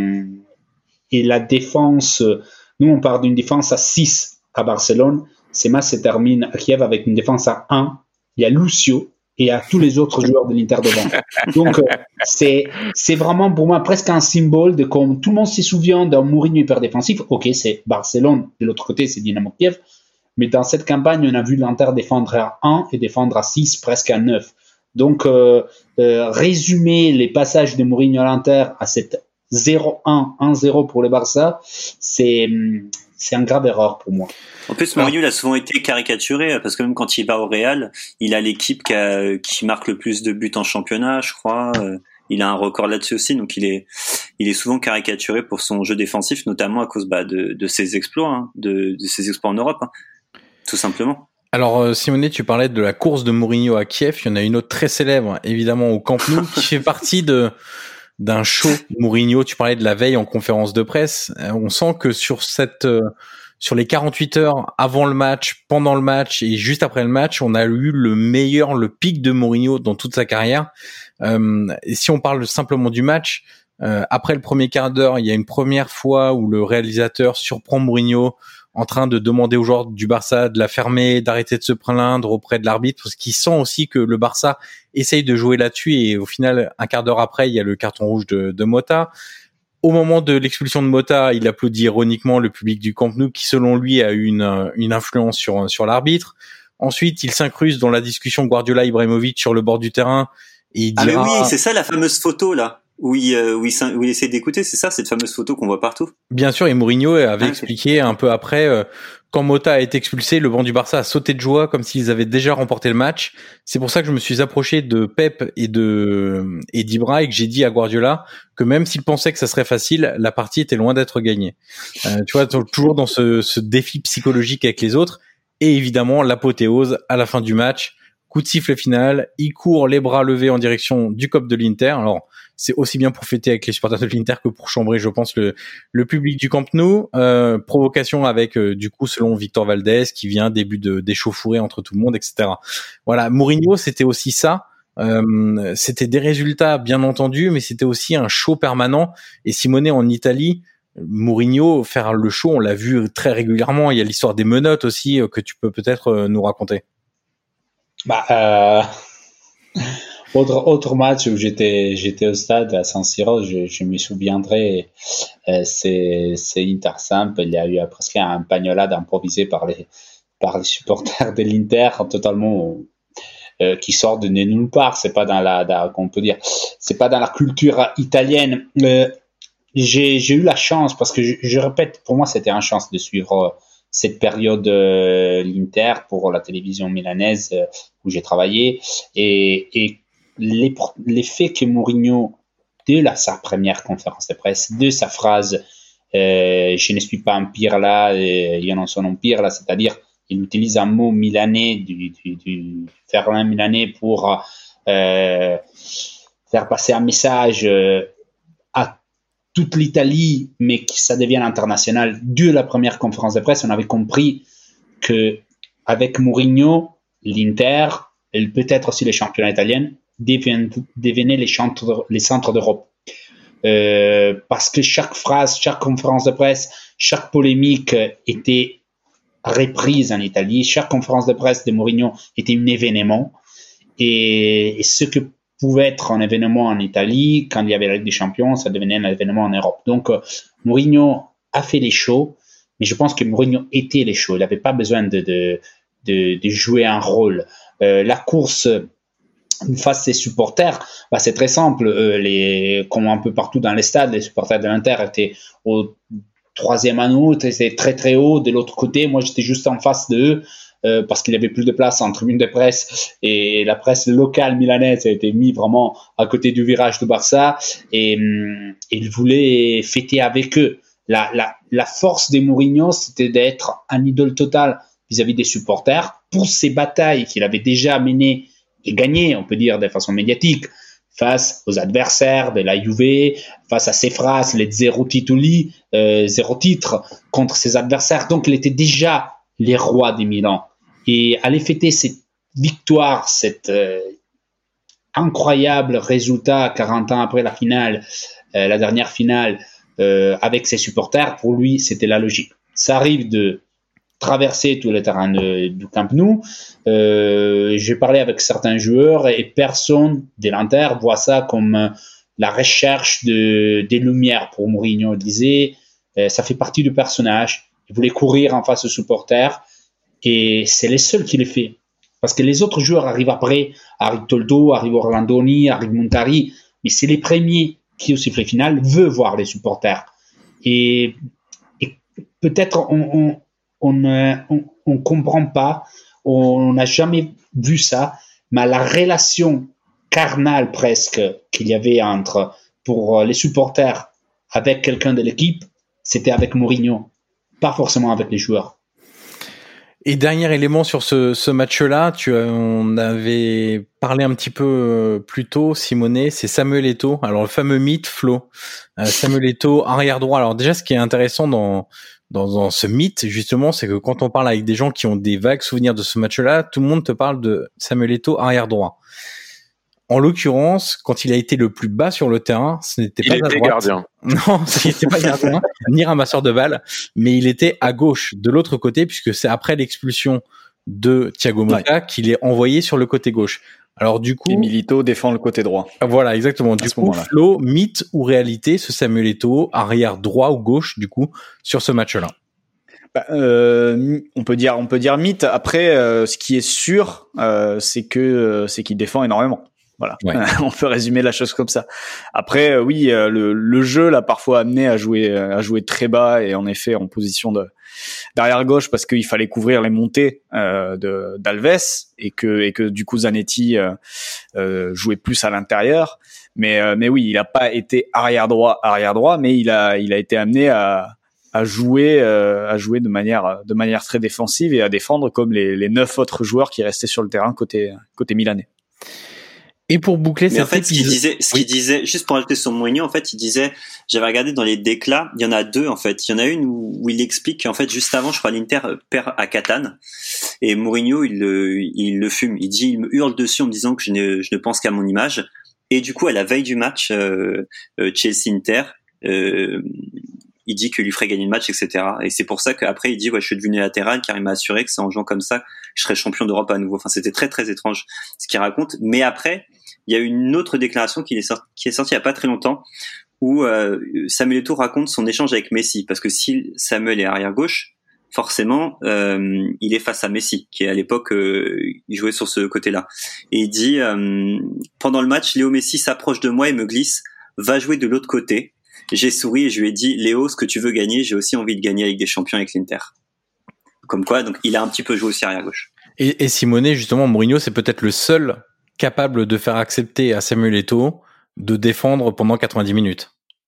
et la défense, nous on part d'une défense à six à Barcelone. Ces matchs se terminent à Kiev avec une défense à un. Il y a Lucio et il y a tous les autres joueurs de l'Inter devant. Donc c'est c'est vraiment pour moi presque un symbole de comme tout le monde se souvient d'un Mourinho hyper défensif. Ok, c'est Barcelone. De l'autre côté, c'est Dynamo Kiev. Mais dans cette campagne, on a vu l'Inter défendre à un et défendre à six, presque à neuf. Donc, euh, euh, résumer les passages de Mourinho à l'Inter à cette zéro un, un zéro pour le Barça, c'est, c'est une grave erreur pour moi. En plus, Mourinho il a souvent été caricaturé parce que même quand il va au Real, il a l'équipe qui, a, qui marque le plus de buts en championnat, je crois. Il a un record là-dessus aussi, donc il est, il est souvent caricaturé pour son jeu défensif, notamment à cause bah, de, de ses exploits, hein, de, de ses exploits en Europe. Hein. Tout simplement. Alors, Simone, tu parlais de la course de Mourinho à Kiev. Il y en a une autre très célèbre, évidemment, au Camp Nou, qui fait partie de d'un show Mourinho. Tu parlais de la veille en conférence de presse. On sent que sur cette, sur les quarante-huit heures avant le match, pendant le match et juste après le match, on a eu le meilleur, le pic de Mourinho dans toute sa carrière. Euh, et si on parle simplement du match, euh, après le premier quart d'heure, il y a une première fois où le réalisateur surprend Mourinho en train de demander aux joueurs du Barça de la fermer, d'arrêter de se plaindre auprès de l'arbitre, parce qu'il sent aussi que le Barça essaye de jouer là-dessus, et au final, un quart d'heure après, il y a le carton rouge de, de Mota. Au moment de l'expulsion de Mota, il applaudit ironiquement le public du Camp Nou, qui selon lui a eu une, une influence sur, sur l'arbitre. Ensuite, il s'incruste dans la discussion Guardiola-Ibrahimovic sur le bord du terrain, et il dira... Ah mais oui, c'est ça la fameuse photo là. où il, euh, où, il, où il essaie d'écouter, c'est ça, cette fameuse photo qu'on voit partout. Bien sûr, et Mourinho avait ah, expliqué un peu après, euh, quand Mota a été expulsé, le banc du Barça a sauté de joie comme s'ils avaient déjà remporté le match. C'est pour ça que je me suis approché de Pep et de et d'Ibra et que j'ai dit à Guardiola que même s'il pensait que ça serait facile, la partie était loin d'être gagnée. Euh, tu vois, toujours dans ce, ce défi psychologique avec les autres. Et évidemment, l'apothéose à la fin du match. Coup de sifflet final, il court les bras levés en direction du cop de l'Inter. Alors, c'est aussi bien pour fêter avec les supporters de l'Inter que pour chambrer, je pense, le, le public du Camp Nou. Euh, provocation avec, euh, du coup, selon Victor Valdés, qui vient début de d'échauffourée entre tout le monde, et cetera. Voilà, Mourinho, c'était aussi ça. Euh, c'était des résultats, bien entendu, mais c'était aussi un show permanent. Et Simone, en Italie, Mourinho faire le show, on l'a vu très régulièrement. Il y a l'histoire des menottes aussi euh, que tu peux peut-être euh, nous raconter. Bah, euh, autre, autre match où j'étais, j'étais au stade à San Siro, je, je me souviendrai, euh, c'est, c'est Inter Samp. Il y a eu presque un pagnolade improvisé par les, par les supporters de l'Inter, totalement, euh, qui sort de nulle part. C'est pas dans la, dans, qu'on peut dire, c'est pas dans la culture italienne. Euh, j'ai, j'ai eu la chance, parce que je, je répète, pour moi, c'était une chance de suivre cette période euh, l'Inter pour la télévision milanaise euh, où j'ai travaillé, et, et les, les faits que Mourinho, de la, sa première conférence de presse, de sa phrase euh, je ne suis pas un pire là, euh, il y en a un pire là, c'est-à-dire il utilise un mot milanais du, du, du Ferland milanais pour euh, faire passer un message euh, à toute l'Italie, mais que ça devienne international. Dès la première conférence de presse, on avait compris que avec Mourinho, l'Inter, et peut-être aussi les championnats italiens, devenaient les centres, les centres d'Europe. Euh, parce que chaque phrase, chaque conférence de presse, chaque polémique était reprise en Italie. Chaque conférence de presse de Mourinho était un événement. Et, et ce que pouvait être un événement en Italie, quand il y avait la Ligue des Champions, ça devenait un événement en Europe. Donc, euh, Mourinho a fait les shows, mais je pense que Mourinho était les shows. Il n'avait pas besoin de, de, de, de jouer un rôle. Euh, la course face à ses supporters, bah, c'est très simple. Euh, les, comme un peu partout dans les stades, les supporters de l'Inter étaient au troisième anneau, étaient très très haut. De l'autre côté, moi j'étais juste en face d'eux. Euh, parce qu'il n'y avait plus de place en tribune de presse, et la presse locale milanaise a été mise vraiment à côté du virage du Barça, et, hum, et il voulait fêter avec eux. La, la, la force de Mourinho, c'était d'être un idole total vis-à-vis des supporters pour ces batailles qu'il avait déjà menées et gagnées, on peut dire de façon médiatique, face aux adversaires de la Juve, face à ses phrases, les zéro titoli, euh, zéro titre contre ses adversaires. Donc il était déjà les rois des Milan. Et aller fêter cette victoire, cet euh, incroyable résultat quarante ans après la finale euh, la dernière finale euh, avec ses supporters, pour lui, c'était la logique. Ça arrive de traverser tout le terrain de, du Camp Nou. Euh, j'ai parlé avec certains joueurs et personne de l'Inter voit ça comme la recherche de, des lumières. Pour Mourinho, il disait, euh, ça fait partie du personnage. Il voulait courir en face aux supporters et c'est les seuls qui le fait. Parce que les autres joueurs arrivent après, arrive Toldo, arrive Orlandoni, arrive Montari, mais c'est les premiers qui, au sifflet final, veulent voir les supporters. Et, et peut-être on on on, on on comprend pas, on n'a jamais vu ça, mais la relation carnale presque qu'il y avait entre pour les supporters avec quelqu'un de l'équipe, c'était avec Mourinho, pas forcément avec les joueurs. Et dernier élément sur ce, ce match-là, tu, on avait parlé un petit peu plus tôt, Simonet, c'est Samuel Eto'o. Alors le fameux mythe, Flo, euh, Samuel Eto'o, arrière droit. Alors déjà, ce qui est intéressant dans, dans dans ce mythe, justement, c'est que quand on parle avec des gens qui ont des vagues souvenirs de ce match-là, tout le monde te parle de Samuel Eto'o, arrière droit. En l'occurrence, quand il a été le plus bas sur le terrain, ce n'était il pas à droite. Gardien. Non, il n'était pas gardien, ni ramasseur de balles, mais il était à gauche, de l'autre côté, puisque c'est après l'expulsion de Thiago Motta ouais. qu'il est envoyé sur le côté gauche. Alors du coup, et Milito défend le côté droit. Voilà, exactement. Du coup, Flo, mythe ou réalité, ce Samuel Eto'o, arrière droit ou gauche, du coup, sur ce match-là. Bah, euh, on peut dire, on peut dire mythe. Après, euh, ce qui est sûr, euh, c'est que euh, c'est qu'il défend énormément. Voilà, ouais. On peut résumer la chose comme ça. Après, euh, oui, euh, le, le jeu l'a parfois amené à jouer, à jouer très bas et en effet en position de d'arrière gauche parce qu'il fallait couvrir les montées euh, de d'Alves et que et que du coup Zanetti euh, euh, jouait plus à l'intérieur. Mais euh, mais oui, il a pas été arrière droit, arrière droit, mais il a il a été amené à à jouer euh, à jouer de manière de manière très défensive et à défendre comme les les neuf autres joueurs qui restaient sur le terrain côté côté milanais. Et pour boucler mais cette en fait, ce qu'il disait, ce oui. qu'il disait, juste pour ajouter sur Mourinho, en fait, il disait, j'avais regardé dans les déclats, il y en a deux, en fait. Il y en a une où, où il explique qu'en fait, juste avant, je crois, l'Inter perd à Catane. Et Mourinho, il le, il le fume. Il dit, il me hurle dessus en me disant que je ne, je ne pense qu'à mon image. Et du coup, à la veille du match, euh, euh, Chelsea-Inter, euh, il dit qu'il lui ferait gagner le match, et cetera. Et c'est pour ça qu'après, il dit, ouais, je suis devenu latéral, car il m'a assuré que c'est en jouant comme ça que je serais champion d'Europe à nouveau. Enfin, c'était très, très étrange ce qu'il raconte. Mais après, il y a une autre déclaration qui est sortie, qui est sortie il y a pas très longtemps, où euh, Samuel Eto'o raconte son échange avec Messi, parce que si Samuel est arrière gauche, forcément, euh, il est face à Messi, qui à l'époque euh, il jouait sur ce côté-là. Et il dit euh, pendant le match, Léo Messi s'approche de moi et me glisse, va jouer de l'autre côté. J'ai souri et je lui ai dit, Léo, ce que tu veux gagner, j'ai aussi envie de gagner avec des champions avec l'Inter. Comme quoi, donc il a un petit peu joué aussi arrière gauche. Et, et Simonet, justement, Mourinho, c'est peut-être le seul capable de faire accepter à Samuel Eto'o de défendre pendant quatre-vingt-dix minutes.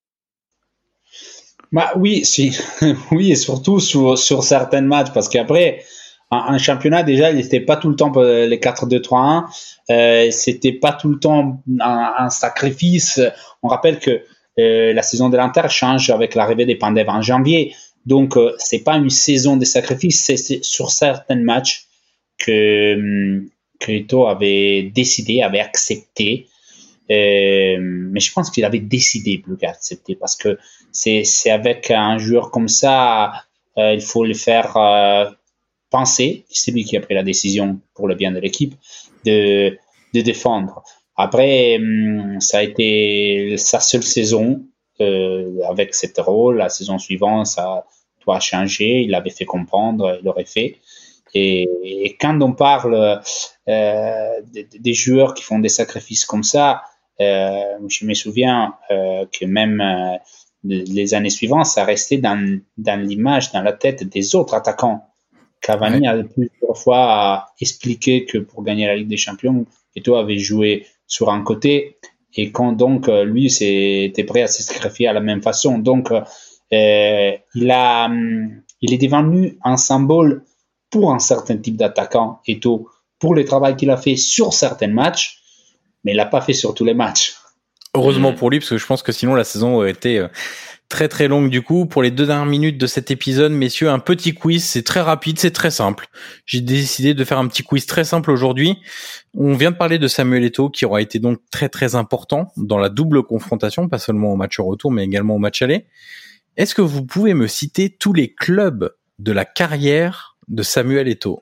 Bah oui, si. Oui, et surtout sur, sur certains matchs, parce qu'après, en, en championnat, déjà, il n'était pas tout le temps les quatre deux trois un, euh, c'était pas tout le temps un, un sacrifice. On rappelle que euh, la saison de l'Inter change avec l'arrivée des Pandev en janvier, donc euh, c'est pas une saison de sacrifice, c'est, c'est sur certains matchs que... que Eto'o avait décidé, avait accepté, euh, mais je pense qu'il avait décidé plus qu'accepter parce que c'est, c'est avec un joueur comme ça, euh, il faut le faire euh, penser, c'est lui qui a pris la décision pour le bien de l'équipe, de, de défendre. Après, ça a été sa seule saison euh, avec cet rôle, la saison suivante, ça doit changer, il l'avait fait comprendre, il l'aurait fait. Et, et quand on parle euh, des, des joueurs qui font des sacrifices comme ça, euh, je me souviens euh, que même euh, les années suivantes, ça restait dans, dans l'image, dans la tête des autres attaquants. Cavani ouais. a plusieurs fois expliqué que pour gagner la Ligue des Champions, Eto'o avait joué sur un côté et quand donc lui était prêt à se sacrifier à la même façon. Donc euh, il a, il est devenu un symbole pour un certain type d'attaquant, Eto'o, pour le travail qu'il a fait sur certains matchs, mais il l'a pas fait sur tous les matchs. Heureusement pour lui, parce que je pense que sinon la saison aurait été très très longue du coup. Pour les deux dernières minutes de cet épisode, messieurs, un petit quiz. C'est très rapide, c'est très simple. J'ai décidé de faire un petit quiz très simple aujourd'hui. On vient de parler de Samuel Eto'o qui aura été donc très très important dans la double confrontation, pas seulement au match retour mais également au match aller. Est-ce que vous pouvez me citer tous les clubs de la carrière de Samuel Eto'o?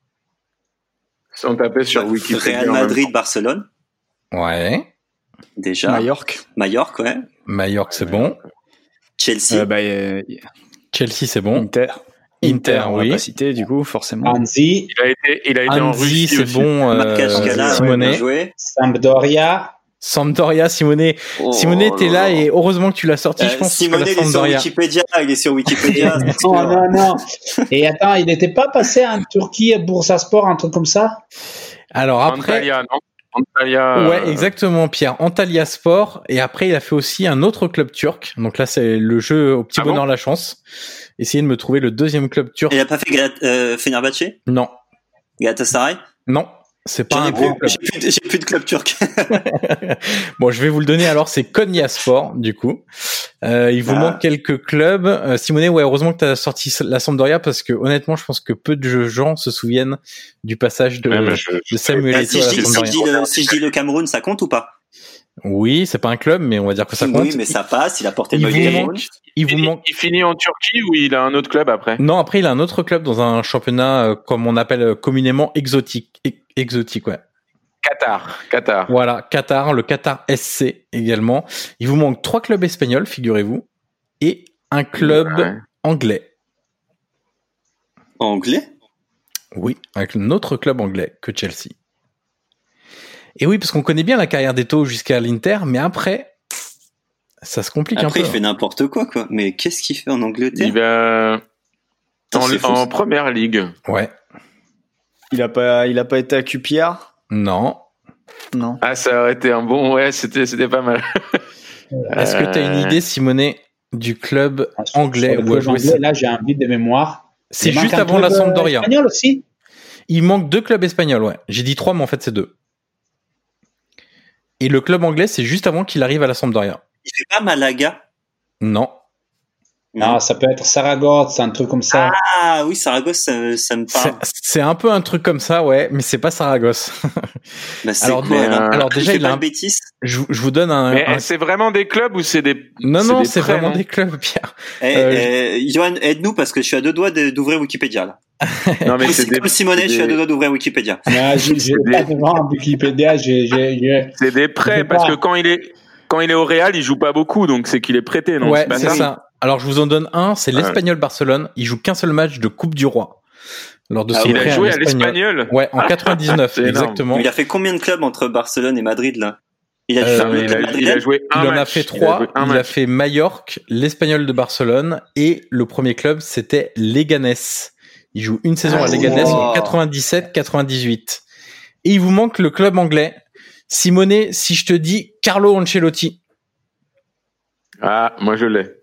Sans taper sur Wikipédia. Real Madrid, Barcelone. Ouais. Déjà. Majorque. Majorque, ouais. Majorque, c'est bon. Chelsea. Euh, bah, euh, Chelsea, c'est bon. Inter. Inter, on oui. va pas citer, du coup, forcément. Anzi, Il a été, il a été en Anzi, Russie c'est aussi. bon. Euh, Makashkala, ouais, Simone. bien joué. Sampdoria. Sampdoria, Simone. Oh, Simone, t'es là là là. et heureusement que tu l'as sorti, Euh, je pense. Simone, parce il que la est sur Sampdoria. Wikipédia. Il est sur Wikipédia. c'est sûr. Non, non, non. Et attends, il n'était pas passé en Turquie à Bursaspor, un truc comme ça? Alors après. Antalya, non Antalya. Ouais, euh, exactement, Pierre. Antalya Sport. Et après, il a fait aussi un autre club turc. Donc là, c'est le jeu au petit Ah bonheur bon la chance. Essayez de me trouver le deuxième club turc. Il a pas fait Galat- euh, Fenerbahçe? Non. Galatasaray? Non. C'est pas J'en ai un plus. gros club. J'ai plus, de- j'ai plus de club turc. Bon, je vais vous le donner alors, c'est Konyaspor, du coup. Euh, il vous Ah. manque quelques clubs. Euh, Simone, ouais, heureusement que tu as sorti la Sampdoria parce que honnêtement, je pense que peu de gens se souviennent du passage de, ouais, mais je- de Samuel Euh, Eto'o si, à je la dis, si, je Sampdoria. dis le, si je dis le Cameroun, ça compte ou pas? Oui, c'est pas un club, mais on va dire que ça compte. Oui, mais ça passe. Il a porté le Il maillot vous du manque- Cameroun. Il vous il, manque. il finit en Turquie ou il a un autre club après? Non, après, il a un autre club dans un championnat, euh, comme on appelle euh, communément exotique. E- exotique, ouais. Qatar. Qatar. Voilà, Qatar, le Qatar S C également. Il vous manque trois clubs espagnols, figurez-vous, et un club Ouais. anglais. Anglais? Oui, avec un autre club anglais que Chelsea. Et oui, parce qu'on connaît bien la carrière d'Eto'o jusqu'à l'Inter, mais après, ça se complique Après, un peu. il fait n'importe quoi, quoi. Mais qu'est-ce qu'il fait en Angleterre? Il va Putain, en, c'est fou, en ça. première ligue. Ouais. Il a pas, il a pas été à Q P R? Non. Non. Ah, ça aurait été un bon. Ouais, c'était, c'était pas mal. Est-ce que tu as une idée, Simone, du club Ah, sur- anglais sur le où a club joué anglais, ça? là, j'ai envie de mémoire. C'est Il manque juste un avant la club, euh, Sampdoria. espagnol aussi? Il manque deux clubs espagnols, ouais. J'ai dit trois, mais en fait, c'est deux. Et le club anglais, c'est juste avant qu'il arrive à la Sampdoria. Il fait pas Malaga? Non. Non, ça peut être Saragosse, un truc comme ça. Ah oui, Saragosse, ça, ça me C'est, parle. c'est un peu un truc comme ça, ouais, mais c'est pas Saragosse. Bah, c'est alors, quoi, mais, là? alors Il déjà, fait il pas a de un... bêtises? je, je vous donne un... Mais un- c'est vraiment des clubs ou c'est des. Non, non, des c'est prêts, vraiment non des clubs, Pierre. Eh, Euh, eh, Johan, aide-nous parce que je suis à deux doigts de- d'ouvrir Wikipédia, là. Non, mais Aussi c'est des. comme Simone, je suis à deux doigts d'ouvrir Wikipédia. Ah, j'ai j'ai des- pas devant Wikipédia, j'ai, j'ai, j'ai- C'est des prêts Je sais parce pas. que quand il est quand il est au Real, il joue pas beaucoup, donc c'est qu'il est prêté, non? ouais, pas c'est ça. Alors, je vous en donne un, c'est Ouais. l'Espagnol Barcelone. Il joue qu'un seul match de Coupe du Roi. Lors de Ah son oui, Il prêt a joué à l'Espagnol. l'Espagnol. Ouais, en quatre-vingt-dix-neuf, C'est énorme. exactement. Mais il a fait combien de clubs entre Barcelone et Madrid, là? Il a dû Euh, faire Non, mais le il, a, Madrid. il a joué un Il en match. a fait Il a trois. joué un Il a match. fait Majorque, l'Espagnol de Barcelone et le premier club, c'était Leganés. Il joue une saison à Ah, Leganés en wow. quatre-vingt-dix-sept quatre-vingt-dix-huit. Et il vous manque le club anglais. Simone, si je te dis Carlo Ancelotti. Ah, moi je l'ai.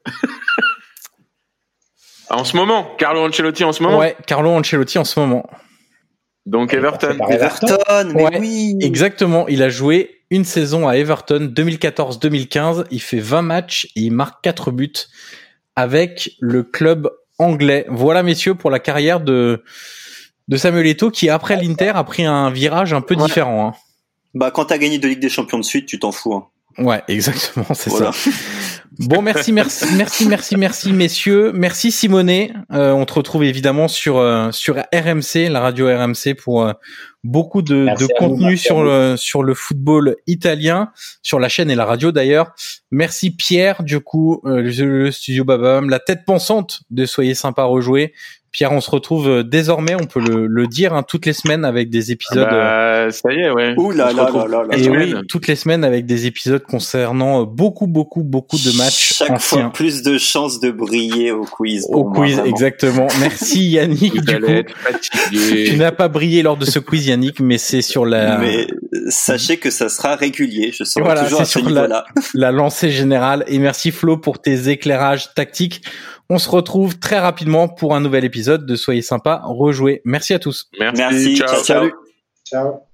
En ce moment, Carlo Ancelotti en ce moment. Ouais, Carlo Ancelotti en ce moment. Donc Everton. C'est par Everton. Everton, mais Ouais, oui. Exactement, il a joué une saison à Everton deux mille quatorze deux mille quinze, il fait vingt matchs et il marque quatre buts avec le club anglais. Voilà messieurs pour la carrière de de Samuel Eto'o qui après l'Inter a pris un virage un peu Ouais. différent hein. Bah, quand t'as gagné deux Ligues des Champions de suite, tu t'en fous, hein. Ouais, exactement, c'est Voilà. ça. Bon, merci, merci, merci, merci, merci, messieurs. Merci Simone. Euh, on te retrouve évidemment sur euh, sur R M C, la radio R M C, pour euh, beaucoup de, Merci de à vous, contenu merci sur à vous. le sur le football italien, sur la chaîne et la radio d'ailleurs. Merci Pierre, du coup, euh, le, le studio Babam, la tête pensante de Soyez sympa rejouer. Pierre, on se retrouve euh, désormais, on peut le, le dire, hein, toutes les semaines avec des épisodes. euh, Bah, ça y est, ouais. Ouh là On se là retrouve là là là. toutes les et oui, semaines. toutes les semaines avec des épisodes concernant euh, beaucoup, beaucoup, beaucoup de matchs Chaque anciens. fois plus de chances de briller au quiz. Au pour moi, quiz, vraiment. exactement. Merci Yannick. Vous Du allez coup, être fatigué. tu n'as pas brillé lors de ce quiz, Yannick, mais c'est sur la Mais sachez que ça sera régulier. Je serai Voilà, toujours c'est à ce sur la- niveau-là. la lancée générale. Et merci Flo pour tes éclairages tactiques. On se retrouve très rapidement pour un nouvel épisode de Soyez sympa, rejouez. Merci à tous. Merci, Merci. ciao. Ciao, ciao. Ciao.